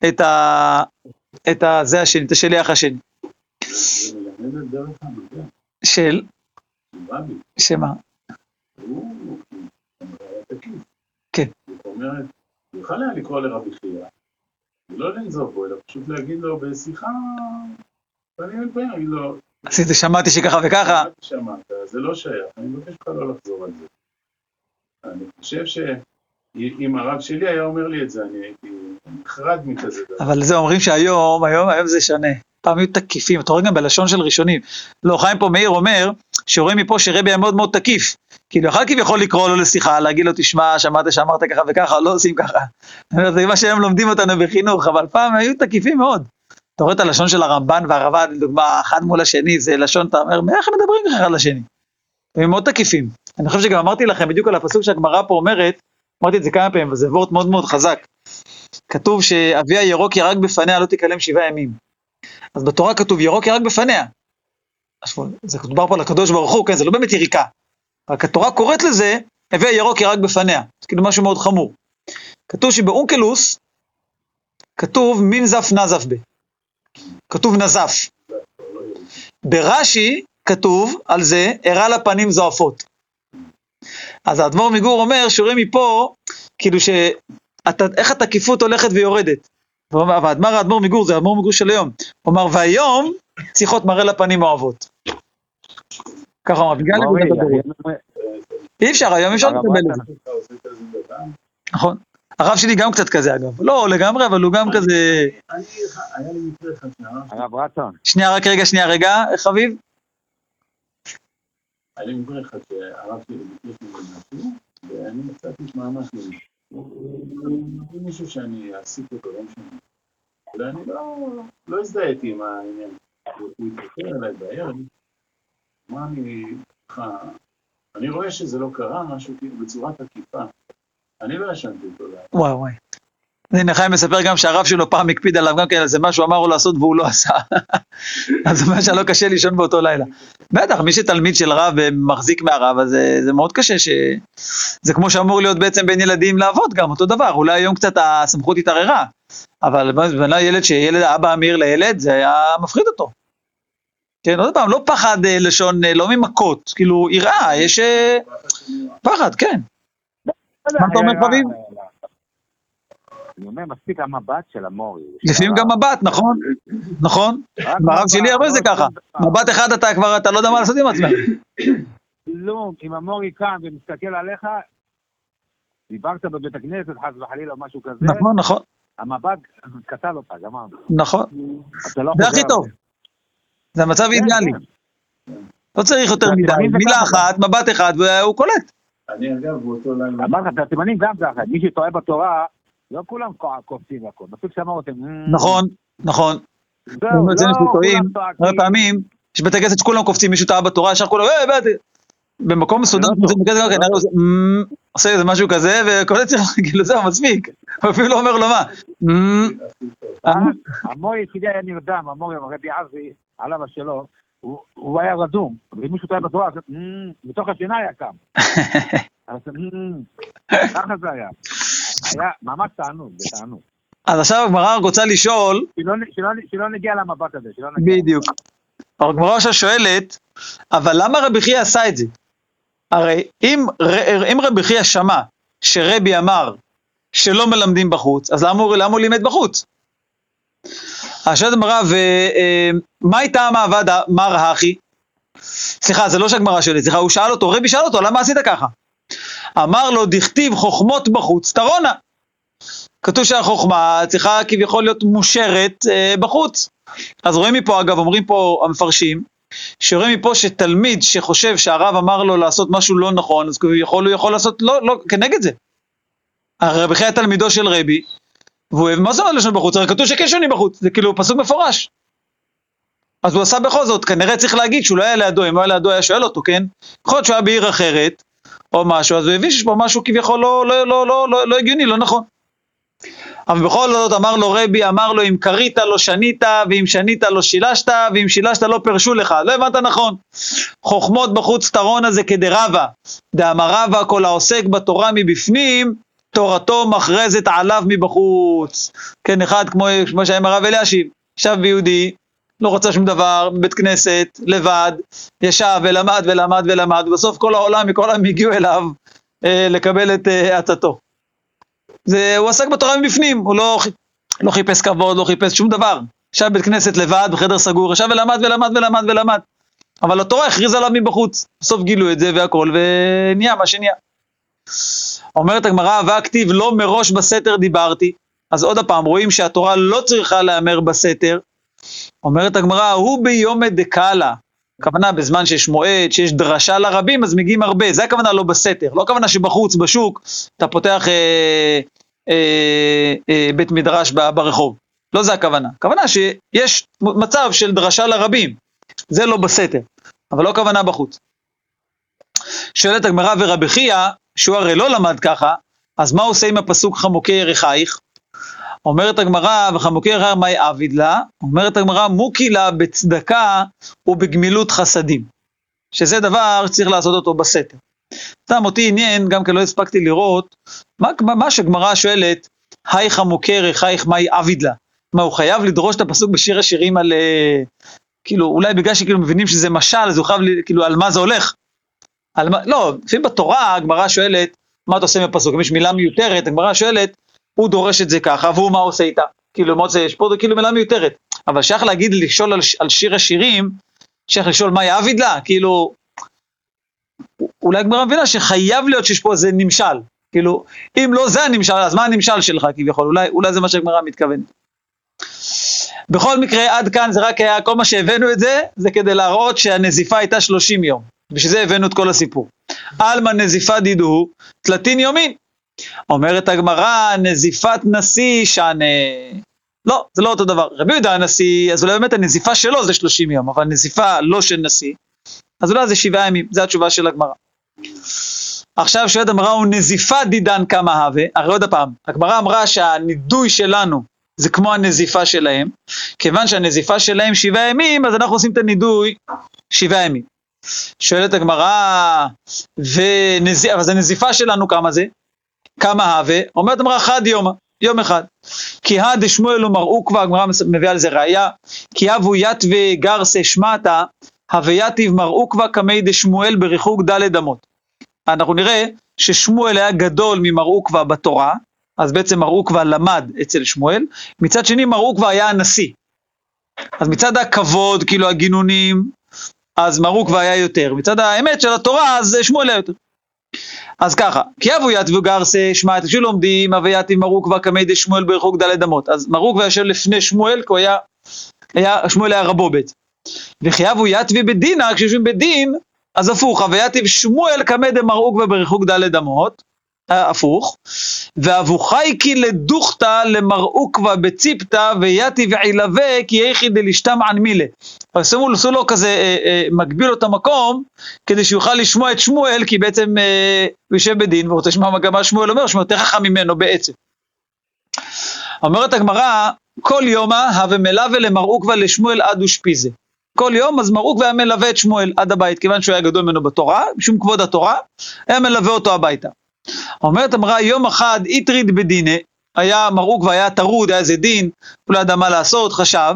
את זה השני, את השליח השני. זה מלמד את דרך המדע. של? רבי. שמה? הוא תקיף. כן. זאת אומרת, הוא יכול היה לקרוא לרבי חייא, ולא לנזוף בו, אלא פשוט להגיד לו בשיחה, ואני אגיד לו, עשיתי, שמעתי שככה וככה. שמעת, זה לא שייך, אני מבקש לך לא לחזור על זה. אני חושב שאם הרב שלי היה אומר לי את זה, אני הייתי נחרד מכזה דבר. אבל זה אומרים שהיום זה שונה. פעם היו תקיפים, אתה רואה גם בלשון של ראשונים. לא, חיים פה מאיר אומר, שרואה מפה שרבי היה מאוד מאוד תקיף. כאילו, אחר כך יכול לקרוא לו לשיחה, להגיד לו, תשמע, שמעת שאמרת ככה וככה, לא עושים ככה. זה מה שהם לומדים אותנו בחינוך, אבל פעם היו תקיפים מאוד. אתה רואה את הלשון של הרמב"ן והרב"ד, לדוגמה, אחד מול השני, זה לשון, אתה אומר, איך הם מדברים ככה על השני? הם מאוד תקיפים. אני חושב שגם אמרתי לכם בדיוק על הפסוק שהגמרא פה אומרת, אמרתי את זה כמה פעמים, וזה וורט מאוד מאוד חזק. כתוב שאבי הירוק ירק בפניה, לא תיכלם 7 ימים. אז בתורה כתוב ירוק ירק בפניה. זה מדובר פה על הקדוש ברוך הוא, כן, זה לא באמת יריקה. רק התורה קוראת לזה, אבי הירוק ירק בפניה. זה כאילו משהו מאוד חמור. כתוב שבאונקלוס, כתוב מין זף נזף ב. כתוב נזף. ברש"י כתוב על זה, הראה לפנים זועפות. אז האדמו"ר מגור אומר, שורה מפה, כאילו איך התקיפות הולכת ויורדת. והאדמו"ר מגור, זה האדמו"ר מגור של היום. הוא אומר, והיום צריכות מראה לפנים אוהבות. ככה הוא בגלל אי אפשר, היום אפשר לקבל את זה. נכון. הרב שלי גם קצת כזה אגב. לא לגמרי, אבל הוא גם כזה... היה לי מקרה אחד הרב רצון. שנייה רגע, חביב. היה לי מקרה אחד שהרב שלי ביקש לי משהו, ואני מצאתי ממש מישהו שאני אעסיק אותו, לא משנה. ואני לא הזדהיתי עם העניין. הוא התקשר אליי בערב, מה אני רואה שזה לא קרה, משהו בצורת עקיפה. אני לא ישנתי אותו. וואי. הנה חיים מספר גם שהרב שלו פעם הקפיד עליו גם כן, זה מה שהוא אמר לו לעשות והוא לא עשה. אז זה מה שלא קשה לישון באותו לילה. בטח, מי שתלמיד של רב ומחזיק מהרב, אז זה מאוד קשה זה כמו שאמור להיות בעצם בין ילדים לעבוד גם, אותו דבר. אולי היום קצת הסמכות התערערה, אבל ילד האבא אמיר לילד, זה היה מפחיד אותו. כן, עוד פעם, לא פחד לשון, לא ממכות, כאילו יראה, יש פחד, כן. מה אתה אומר חביב? אני אומר, מספיק המבט של המורי. לפעמים גם מבט, נכון? ברב שלי הרבה זה ככה. מבט אחד אתה לא יודע מה לעשות עם עצמך. לא, אם המורי קם ומסתכל עליך, דיברת בבית הכנסת, חס וחלילה או משהו כזה. נכון. המבט קטל אותך, גמרנו. נכון. זה הכי טוב. זה המצב אידיאלי. לא צריך יותר מדי. מילה אחת, מבט אחד, והוא קולט. אני אגב באותו לילה... אמרת, התימנים גם ככה, מי שטועה בתורה, לא כולם קופצים והכל, בסוף שמעו אותם. נכון. זהו, לא כולם הרבה פעמים, יש בתי כנסת שכולם קופצים, מישהו טעה בתורה, ישר כולם, במקום מסודר, עושה איזה משהו כזה, וכל זה כאילו זהו, מספיק. הוא אפילו לא אומר לו מה. המורי יחידי היה נרדם, המורי רבי עזי, עליו השלו, הוא היה רדום, ומישהו טעה בתורה, מתוך השינה היה קם. ככה זה היה. היה ממש תענוג, בתענוג. אז עכשיו הגמרא רוצה לשאול, שלא נגיע למבט הזה, בדיוק. הגמרא עכשיו שואלת, אבל למה רבי חייא עשה את זה? הרי אם רבי חייא שמע שרבי אמר שלא מלמדים בחוץ, אז למה הוא לימד בחוץ? השאלת הגמרא, ומה הייתה המעבד מר האחי? סליחה, זה לא שהגמרא שואלת, סליחה, הוא שאל אותו, רבי שאל אותו, למה עשית ככה? אמר לו, דכתיב חוכמות בחוץ, תרונה. כתוב שהחוכמה צריכה כביכול להיות מושרת בחוץ. אז רואים מפה, אגב, אומרים פה המפרשים, שרואים מפה שתלמיד שחושב שהרב אמר לו לעשות משהו לא נכון, אז הוא יכול לעשות לא כנגד זה. רבי חייא תלמידו של רבי, ומה זה אומר לשון בחוץ? הרי כתוב שכשוני בחוץ, זה כאילו פסוק מפורש. אז הוא עשה בכל זאת, כנראה צריך להגיד שהוא לא היה לידו, אם הוא היה לידו היה שואל אותו, כן? יכול להיות שהוא היה בעיר אחרת, או משהו, אז הוא הבין שיש פה משהו כביכול לא הגיוני, לא נכון. אבל בכל זאת אמר לו רבי, אמר לו אם קרית לא שנית, ואם שנית לא שילשת, ואם שילשת לא פרשו לך, לא הבנת נכון. חוכמות בחוץ תרונה זה כדרבה, דאמר רבא כל העוסק בתורה מבפנים, תורתו מחרזת עליו מבחוץ. כן, אחד כמו שהיה הרב אלישיב, ישב ביהודי, לא רוצה שום דבר, בבית כנסת, לבד, ישב ולמד, ובסוף כל העולם, מכל העולם הגיעו אליו לקבל את עצתו. הוא עסק בתורה מבפנים, הוא לא חיפש כבוד, לא חיפש שום דבר. ישב בבית כנסת לבד, בחדר סגור, ישב ולמד. אבל התורה הכריז עליו מבחוץ. בסוף גילו את זה והכל, ונהיה מה שנהיה. אומרת הגמרא, והכתיב לא מראש בסתר דיברתי. אז עוד הפעם, רואים שהתורה לא צריכה לאמר בסתר. אומרת הגמרא, הוא ביום דקאלה. הכוונה בזמן שיש מועד, שיש דרשה לרבים, אז מגיעים הרבה. זה הכוונה לא בסתר. לא הכוונה שבחוץ, בשוק, אתה פותח בית מדרש ברחוב. לא זה הכוונה. הכוונה שיש מצב של דרשה לרבים. זה לא בסתר. אבל לא הכוונה בחוץ. שואלת הגמרא ורבי חייא, שהוא הרי לא למד ככה, אז מה הוא עושה עם הפסוק חמוקי ירחייך? אומרת הגמרא, וחמוקי ירחייך מה יעביד לה? אומרת הגמרא, מוקי לה בצדקה ובגמילות חסדים. שזה דבר שצריך לעשות אותו בסתר. סתם אותי עניין, גם כי לא הספקתי לראות, מה שהגמרא שואלת, היי חמוקי ירחייך מה יעביד לה? מה, הוא חייב לדרוש את הפסוק בשיר השירים על, כאילו, אולי בגלל שכאילו מבינים שזה משל, אז הוא חייב, כאילו, על מה זה הולך? לא, לפעמים בתורה הגמרא שואלת, מה אתה עושה מפסוק? אם יש מילה מיותרת, הגמרא שואלת, הוא דורש את זה ככה, והוא מה עושה איתה? כאילו, מה עושה? יש פה כאילו מילה מיותרת. אבל שייך להגיד, לשאול על שיר השירים, שייך לשאול מה יעביד לה? כאילו, אולי הגמרא מבינה שחייב להיות שיש פה איזה נמשל. כאילו, אם לא זה הנמשל, אז מה הנמשל שלך כביכול? אולי זה מה שהגמרא מתכוון. בכל מקרה, עד כאן זה רק היה, כל מה שהבאנו את זה, זה כדי להראות שהנזיפה הייתה 30 יום. בשביל זה הבאנו את כל הסיפור. אלמה נזיפה דידו, תלתין יומין. אומרת הגמרא, נזיפת נשיא שנה. לא, זה לא אותו דבר. רבי יהודה הנשיא, אז אולי באמת הנזיפה שלו זה 30 יום, אבל נזיפה לא של נשיא, אז אולי זה 7 ימים. זה התשובה של הגמרא. עכשיו שואלת הגמרא, הוא נזיפה דידן כמה הווה. הרי עוד הפעם, הגמרא אמרה שהנידוי שלנו זה כמו הנזיפה שלהם. כיוון שהנזיפה שלהם 7 ימים, אז אנחנו עושים את הנידוי 7 ימים. שואלת הגמרא, אז הנזיפה שלנו כמה זה? כמה הווה? אומרת הגמרא, חד יום אחד. כי דשמואל ומראו כבר, הגמרא מביאה על זה ראיה, כי הבו יתווה גרסה שמעתה, הוויתיב מראו כבר כמי דשמואל בריחוק ד' אמות. אנחנו נראה ששמואל היה גדול ממראו כבר בתורה, אז בעצם מראו כבר למד אצל שמואל, מצד שני מראו כבר היה הנשיא. אז מצד הכבוד, כאילו הגינונים, אז מראו כבר היה יותר. מצד האמת של התורה, אז שמואל היה יותר. אז ככה, כי אבו יתווה גרסה שמעת, כשלומדים, הוויתיב מראו כבר כמי דשמואל בריחוק ד' אמות. אז מראו כבר יושב לפני שמואל, כי שמואל היה רבו בית. וכי אבו יתווה בדינה, כשיושבים בדין, אז הפוך, הוויתיב שמואל כמי דמראו כבר בריחוק ד' אמות, הפוך. ואבוכי כי לדוכתא למרעוקווה בציפתא ויתי ועילווה כי יחי דלשתם ען מילה. אז עשו לו כזה, מגביל לו את המקום, כדי שיוכל לשמוע את שמואל, כי בעצם הוא יושב בדין, ורוצה לשמוע גם מה שמואל אומר, שמואל יותר חכם ממנו בעצם. אומרת הגמרא, כל יומא הווה מלווה למרעוקווה לשמואל עד אושפיזה. כל יום אז מרעוקווה היה מלווה את שמואל עד הבית, כיוון שהוא היה גדול ממנו בתורה, משום כבוד התורה, היה מלווה אותו הביתה. אומרת הגמרא, יום אחד איטריד בדינה, היה מרעוקווה, היה טרוד, היה איזה דין, הוא לא ידע מה לעשות, חשב,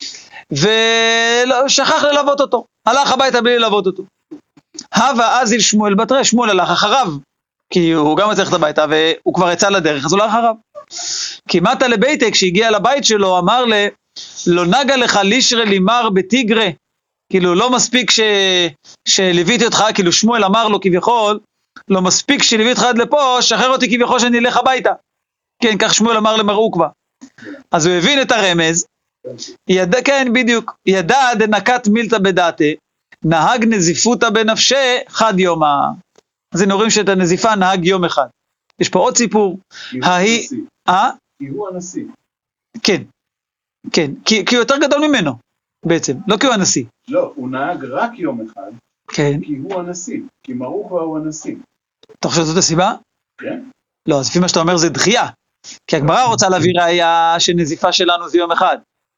ושכח ללוות אותו, הלך הביתה בלי ללוות אותו. הווה אזיל שמואל בתרי, שמואל הלך אחריו, כי הוא גם צריך את הביתה, והוא כבר יצא לדרך, אז הוא הלך אחריו. כי מטה לביתה, כשהגיע לבית שלו, אמר לה, לא נגע לך לישרה לימר בתיגרה, כאילו לא מספיק שליוויתי אותך, כאילו שמואל אמר לו כביכול, לא מספיק שליוויתי אותך עד לפה, שחרר אותי כביכול שאני אלך הביתה. כן, כך שמואל אמר למרעוקווה. אז הוא הבין את הרמז, ידע, כן בדיוק, ידע דנקת מילתא בדעתה, נהג נזיפותא בנפשה חד יומא. אז הנה רואים שאת הנזיפה נהג יום אחד. יש פה עוד סיפור. כי הוא הנשיא. כן, כן, כי הוא יותר גדול ממנו, בעצם, לא כי הוא הנשיא. לא, הוא נהג רק יום אחד, כן. כי הוא הנשיא, כי מרעוקווה הוא הנשיא. אתה חושב שזאת הסיבה? כן. לא, אז לפי מה שאתה אומר זה דחייה, כי הגמרא רוצה להביא ראיה שנזיפה שלנו זה יום אחד.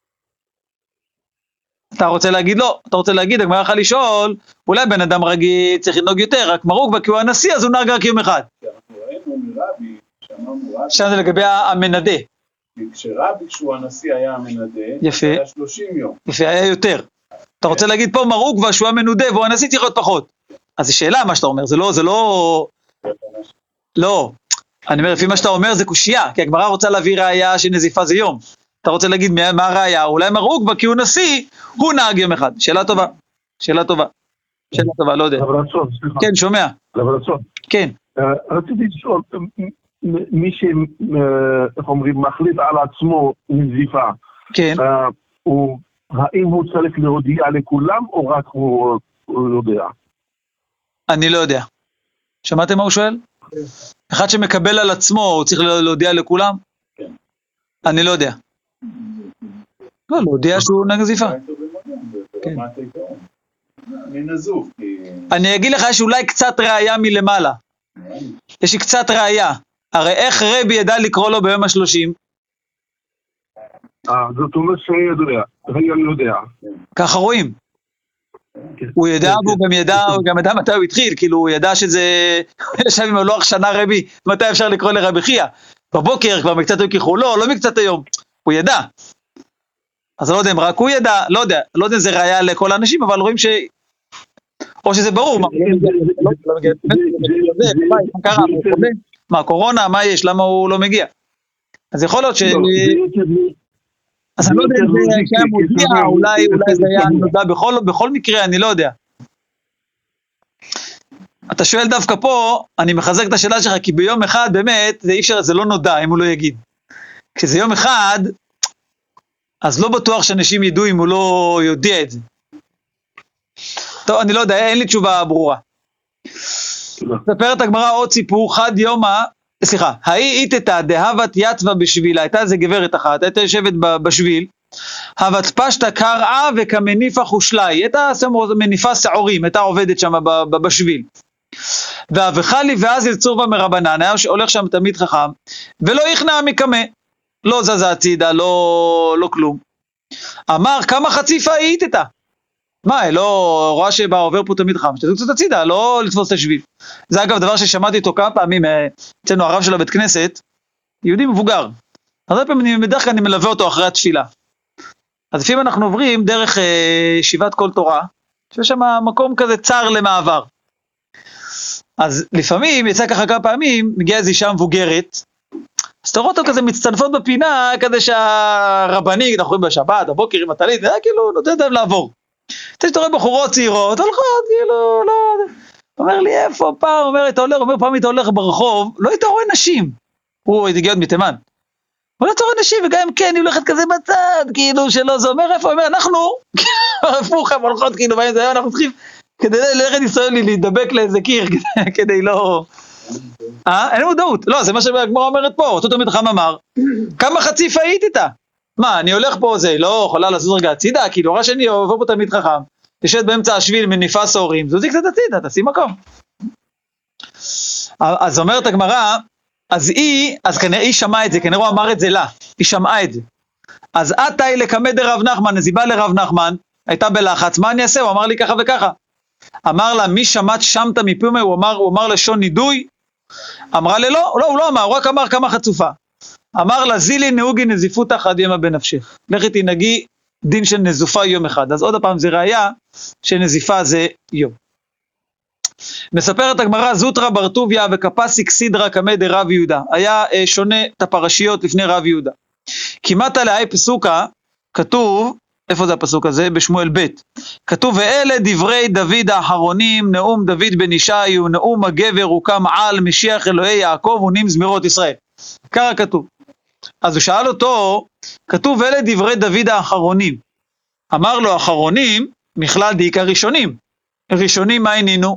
אתה רוצה להגיד לא, אתה רוצה להגיד, הגמרא יכול לשאול, אולי בן אדם רגיל צריך לנהוג יותר, רק מרעוקווה כי הוא הנשיא, אז הוא נהג רק יום אחד. כי אנחנו ראינו מרבי, שאמרנו רבי, שם זה לגבי המנדה. כשרבי כשהוא הנשיא היה המנדה, יפה. היה 30 יום. יפה, היה יותר. אתה רוצה להגיד פה מרעוקווה שהוא המנודה, והוא הנשיא צריך להיות פחות. אז זו שאלה מה שאתה אומר, זה לא, לא. אני אומר, לפי מה שאתה אומר זה קושייה, כי הגמרא רוצה להביא ראיה שנזיפה זה יום. אתה רוצה להגיד מה הראיה? אולי מרעוקווה כי הוא נשיא, הוא נהג יום אחד. שאלה טובה, שאלה טובה. שאלה טובה, לא יודע. לברצון, סליחה. כן, שומע. לברצון. כן. רציתי לשאול, מי איך אומרים, מחליט על עצמו נזיפה, כן. האם הוא צריך להודיע לכולם או רק הוא יודע? אני לא יודע. שמעתם מה הוא שואל? אחד שמקבל על עצמו, הוא צריך להודיע לכולם? כן. אני לא יודע. לא, להודיע שהוא נזיפה. כן. אני נזוף. אני אגיד לך שאולי קצת ראיה מלמעלה. יש לי קצת ראיה. הרי איך רבי ידע לקרוא לו ביום ה-30? זאת אומרת שהיה יודע. ככה רואים. הוא ידע, והוא גם ידע מתי הוא התחיל, כאילו הוא ידע שזה, ישב עם הלוח שנה רבי, מתי אפשר לקרוא לרבי חייא? בבוקר כבר מקצת היום כחולו, לא מקצת היום, הוא ידע. אז לא יודע אם רק הוא ידע, לא יודע אם זה ראיה לכל האנשים, אבל רואים ש... או שזה ברור, מה קורונה, מה יש, למה הוא לא מגיע? אז יכול להיות ש... אז אני לא יודע אם זה היה מודיע, אולי זה היה נודע בכל מקרה, אני לא יודע. אתה שואל דווקא פה, אני מחזק את השאלה שלך, כי ביום אחד באמת, זה אי אפשר, זה לא נודע אם הוא לא יגיד. כשזה יום אחד, אז לא בטוח שאנשים ידעו אם הוא לא יודע את זה. טוב, אני לא יודע, אין לי תשובה ברורה. ספרת הגמרא עוד סיפור, חד יומא, סליחה, האי איתתה דהבת יצבה בשבילה, הייתה איזה גברת אחת, הייתה יושבת בשביל, הבת פשטה קרעה וכמניפה חושלי, הייתה מניפה שעורים, הייתה עובדת שם בשביל. ואבחלי ואז ילצורבה מרבנן, היה הולך שם תמיד חכם, ולא יכנע מקמה, לא זזה הצידה, לא כלום. אמר, כמה חציפה היא איתתה? מה, לא רואה שבא עובר פה תמיד חכם, שתזו קצת הצידה, לא לתפוס את השביל. זה אגב דבר ששמעתי אותו כמה פעמים, אצלנו הרב של הבית כנסת, יהודי מבוגר. הרבה פעמים בדרך כלל אני מלווה אותו אחרי התפילה. אז לפעמים אנחנו עוברים דרך ישיבת כל תורה, שיש שם מקום כזה צר למעבר. אז לפעמים, יצא ככה כמה פעמים, מגיעה איזו אישה מבוגרת, אז אתה רואה אותו כזה מצטנפות בפינה, כדי שהרבני, אנחנו רואים בשבת, הבוקר עם הטלית, כאילו נותן להם לעבור. אתה רואה בחורות צעירות, הולכות, כאילו, לא... אומר לי, איפה פעם, אומר, פעם אתה הולך ברחוב, לא היית רואה נשים. הוא הגיע עוד מתימן. הוא לא רואה נשים, וגם כן, היא הולכת כזה בצד, כאילו, שלא, זה אומר, איפה, אומר, אנחנו, הפוך, הם הולכות, כאילו, אנחנו צריכים, כדי לארץ ישראל להידבק לאיזה קיר, כדי לא... אין מודעות. לא, זה מה שהגמרא אומרת פה. אותו תלמיד חכם אמר, כמה חציף היית איתה? מה, אני הולך פה, זה לא יכולה לזוז רגע הצידה, כאילו, ראה שאני עובר פה תלמיד חכם, יושבת באמצע השביל מניפה סוהרים, זוזי קצת הצידה, תשים מקום. אז אומרת הגמרא, אז כנראה היא שמעה את זה, כנראה הוא אמר את זה לה, היא שמעה את זה. אז עתה לקמא דרב נחמן, אז היא באה לרב נחמן, הייתה בלחץ, מה אני אעשה? הוא אמר לי ככה וככה. אמר לה, מי שמעת שמת מפיומי? הוא אמר לשון נידוי? אמרה לי, לא, הוא לא אמר, הוא רק אמר כמה חצופה. אמר לה, זילי נהוגי נזיפות אחד ימה בנפשך. לכי תנהגי דין של נזופה יום אחד. אז עוד פעם זה ראיה שנזיפה זה יום. מספרת הגמרא, זוטרא בר טוביה וקפסיק סידרא קמא דרב יהודה. היה שונה את הפרשיות לפני רב יהודה. כמעט עלי פסוקה, כתוב, איפה זה הפסוק הזה? בשמואל ב'. כתוב, ואלה דברי דוד האחרונים, נאום דוד בן ישי, ונאום הגבר הוקם על משיח אלוהי יעקב, ונים זמירות ישראל. ככה כתוב. אז הוא שאל אותו, כתוב, ואלה דברי דוד האחרונים. אמר לו, האחרונים, מכלל דעיקר ראשונים. ראשונים מה עינינו?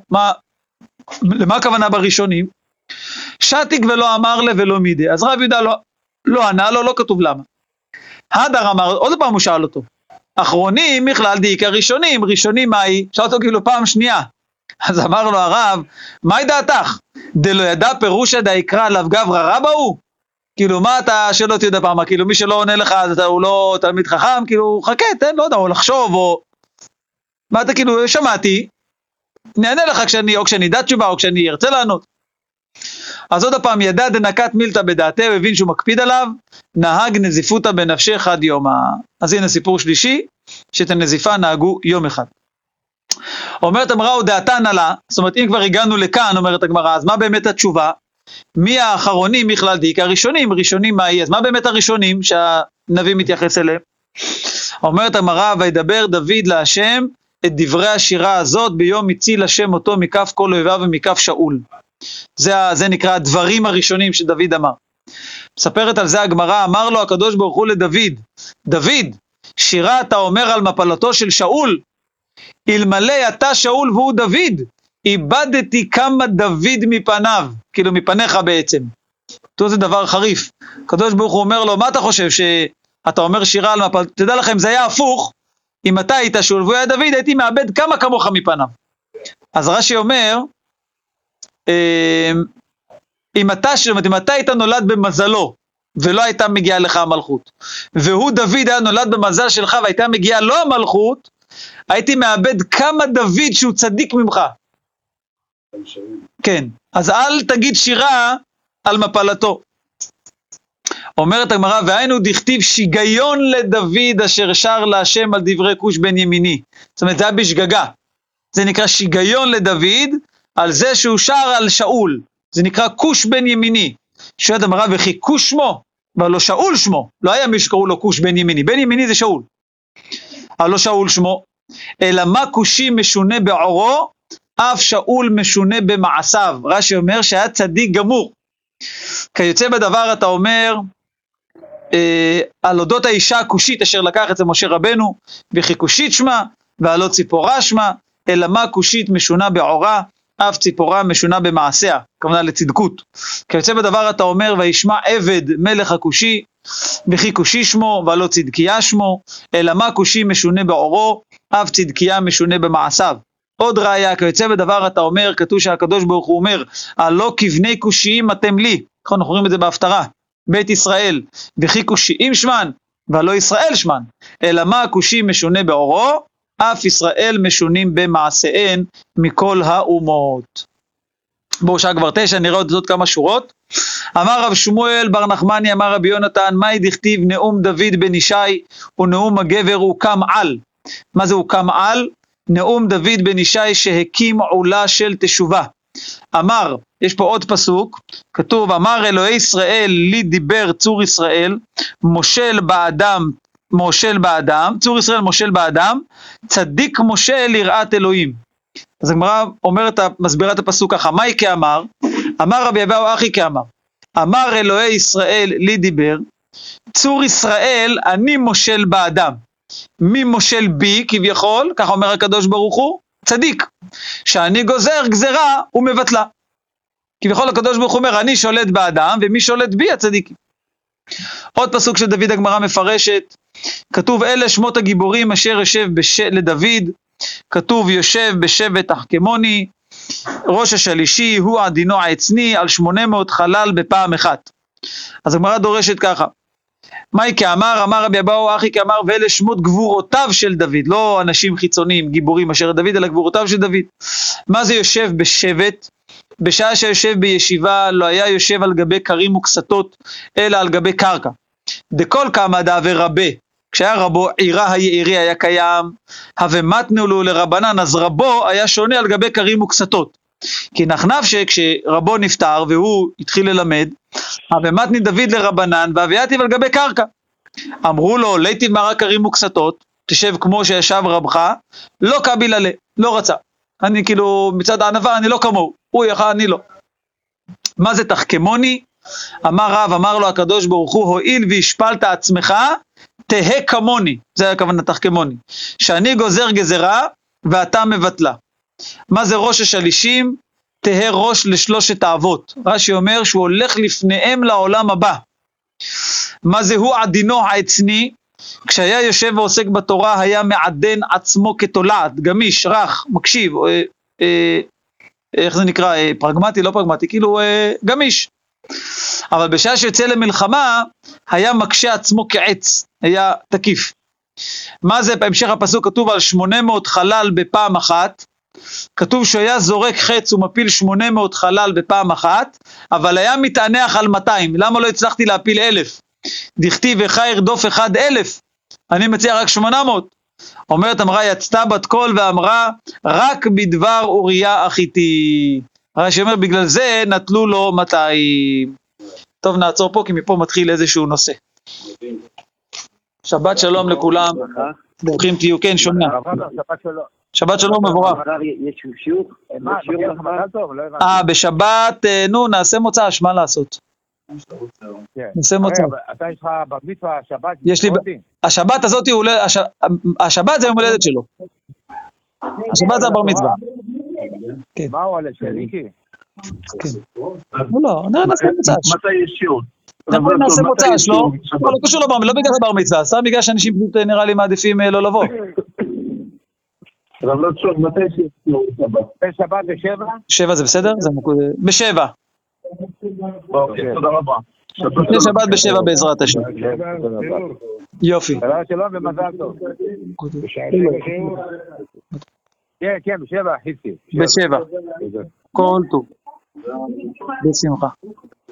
למה הכוונה בראשונים? שתיק ולא אמר לה ולא מידי. אז רב יהודה לא ענה לו, לא כתוב למה. הדר אמר, עוד פעם הוא שאל אותו, אחרונים מכלל דעיקר ראשונים, ראשונים מהי? שאל אותו כאילו פעם שנייה. אז אמר לו הרב, מהי דעתך? דלא ידע פירושה דעיקרא לאו גברא רבא הוא? כאילו מה אתה שלא תדע פעם, כאילו מי שלא עונה לך הוא לא תלמיד חכם, כאילו חכה, תן, לא יודע, או לחשוב, או מה אתה כאילו, שמעתי, נענה לך כשאני דע תשובה, או כשאני ארצה לענות. אז עוד הפעם ידע דנקת מילתא בדעתה, הוא הבין שהוא מקפיד עליו, נהג נזיפותא בנפשך עד יומא. אז הנה סיפור שלישי, שאת הנזיפה נהגו יום אחד. אומרת הגמרא, ודעתן עלה, זאת אומרת אם כבר הגענו לכאן, אומרת הגמרא, אז מה באמת התשובה? מי האחרונים מכלל דעיקר ראשונים? ראשונים מהי? אז מה באמת הראשונים שהנביא מתייחס אליהם? אומרת הגמרא, וידבר דוד להשם את דברי השירה הזאת ביום הציל השם אותו מכף כל אויביו ומכף שאול. זה נקרא הדברים הראשונים שדוד אמר. מספרת על זה הגמרא, אמר לו הקדוש ברוך הוא לדוד, דוד, שירה אתה אומר על מפלתו של שאול, אלמלא אתה שאול והוא דוד, איבדתי כמה דוד מפניו, כאילו מפניך בעצם. זה דבר חריף. הקדוש ברוך הוא אומר לו, מה אתה חושב שאתה אומר שירה על מפלתו? תדע לכם, זה היה הפוך, אם אתה היית שאול והוא היה דוד, הייתי מאבד כמה כמוך מפניו. אז רש"י אומר, אם אתה היית נולד במזלו, ולא הייתה מגיעה לך המלכות, והוא דוד היה נולד במזל שלך, והייתה מגיעה לו המלכות, הייתי מאבד כמה דוד שהוא צדיק ממך. כן, אז אל תגיד שירה על מפלתו. אומרת הגמרא, והיינו דכתיב שיגיון לדוד אשר שר להשם על דברי כוש בן ימיני. זאת אומרת, זה היה בשגגה. זה נקרא שיגיון לדוד על זה שהוא שר על שאול. זה נקרא כוש בן ימיני. שואלת הגמרא, וכי כוש שמו, אבל לא שאול שמו. לא היה מי שקראו לו כוש בן ימיני. בן ימיני זה שאול. אבל לא שאול שמו. אלא מה כושי משונה בעורו, אף שאול משונה במעשיו. רש"י אומר שהיה צדיק גמור. כיוצא בדבר אתה אומר, על אודות האישה הכושית אשר לקח אצל משה רבנו, וכי כושית שמה, ועל עוד ציפורה שמה, אלא מה כושית משונה בעורה, אף ציפורה משונה במעשיה, כמובן לצדקות. כיוצא בדבר אתה אומר, וישמע עבד מלך הכושי, וכי כושי שמו, ועל עוד צדקיה שמו, אלא מה כושי משונה בעורו, אף צדקיה משונה במעשיו. עוד ראיה, כיוצא בדבר אתה אומר, כתוב שהקדוש ברוך הוא אומר, הלא כבני כושיים אתם לי, אנחנו רואים את זה בהפטרה, בית ישראל, וכי כושיים שמן, והלא ישראל שמן, אלא מה הכושי משונה בעורו, אף ישראל משונים במעשיהן מכל האומות. בואו שעה כבר 9, נראה עוד כמה שורות. אמר רב שמואל בר נחמני, אמר רבי יונתן, מהי דכתיב נאום דוד בן ישי, ונאום הגבר הוקם על. מה זה הוקם על? נאום דוד בן ישי שהקים עולה של תשובה. אמר, יש פה עוד פסוק, כתוב, אמר אלוהי ישראל לי דיבר צור ישראל, מושל באדם, צור ישראל מושל באדם, צדיק מושל ליראת אלוהים. אז הגמרא אומרת, מסבירה את הפסוק ככה, מהי כאמר? אמר רבי אביהו אחי כאמר, אמר אלוהי ישראל לי דיבר, צור ישראל אני מושל באדם. מי מושל בי כביכול, כך אומר הקדוש ברוך הוא, צדיק, שאני גוזר גזרה ומבטלה. כביכול הקדוש ברוך הוא אומר, אני שולט באדם, ומי שולט בי? הצדיקים. עוד פסוק של דוד הגמרא מפרשת, כתוב אלה שמות הגיבורים אשר יושב לדוד, כתוב יושב בשבט תחכמוני, ראש השלישי הוא עדינו העצני על 800 חלל בפעם אחת. אז הגמרא דורשת ככה, מאי כאמר, אמר רבי אבאו אחי כאמר, ואלה שמות גבורותיו של דוד, לא אנשים חיצוניים, גיבורים אשר דוד, אלא גבורותיו של דוד. מה זה יושב בשבט? בשעה שיושב בישיבה לא היה יושב על גבי קרים וקסתות, אלא על גבי קרקע. דכל כמה דאבי רבה, כשהיה רבו עירה היעירי היה קיים, ומתנו לו לרבנן, אז רבו היה שונה על גבי קרים וקסתות. כי נחנף שכשרבו נפטר והוא התחיל ללמד, ומתני דוד לרבנן, והביאתיו על גבי קרקע. אמרו לו, ליטיב מרק קרים וקסתות, תשב כמו שישב רבך, לא קביל עלה, לא רצה. אני כאילו מצד הענווה, אני לא כמוהו, הוא יחד, אני לא. מה זה תחכמוני? אמר רב, אמר לו הקדוש ברוך הוא, הועיל והשפלת עצמך, תהה כמוני, זה הכוונה תחכמוני, שאני גוזר גזרה ואתה מבטלה. מה זה ראש השלישים? תהה ראש לשלושת האבות. רש"י אומר שהוא הולך לפניהם לעולם הבא. מה זה הוא עדינו העצני? כשהיה יושב ועוסק בתורה היה מעדן עצמו כתולעת, גמיש, רך, מקשיב, איך זה נקרא, פרגמטי, לא פרגמטי, כאילו גמיש. אבל בשעה שיוצא למלחמה היה מקשה עצמו כעץ, היה תקיף. מה זה? בהמשך הפסוק כתוב על 800 חלל בפעם אחת, כתוב שהוא היה זורק חץ ומפיל 800 חלל בפעם אחת, אבל היה מתענח על 200, למה לא הצלחתי להפיל 1,000? דכתיב איכה ירדוף 1,000, אני מציע רק 800. אומרת אמרה יצתה בת קול ואמרה רק בדבר אוריה אחיתי. רש"י אומר בגלל זה נטלו לו 200. טוב, נעצור פה כי מפה מתחיל איזשהו נושא. שבת שלום לכולם, ברוכים תהיו. כן, שומע. שבת שלום מבורך. יש שיעור? בשבת, נו, נעשה מוצ"ש, מה לעשות? נעשה מוצ"ש. אתה יש לך בר מצווה, שבת? יש לי, השבת הזאת, השבת זה יום הולדת שלו. השבת זה הבר מצווה. מה הוא עולה שליקי? לא, נעשה מוצ"ש. מתי יש שיעור? נעשה מוצ"ש, לא? לא קשור לבר, לא בגלל הבר מצווה, סתם בגלל שאנשים נראה לי מעדיפים לא לבוא. אבל לא תשוב, מתי שיש שיעור שבת? שבת ב7? 7 זה בסדר? ב7. תודה רבה. שבת ב7 בעזרת השם. יופי. שלום ומזל טוב. כן, כן, ב7, חיפי. ב7. כל טוב. בשמחה.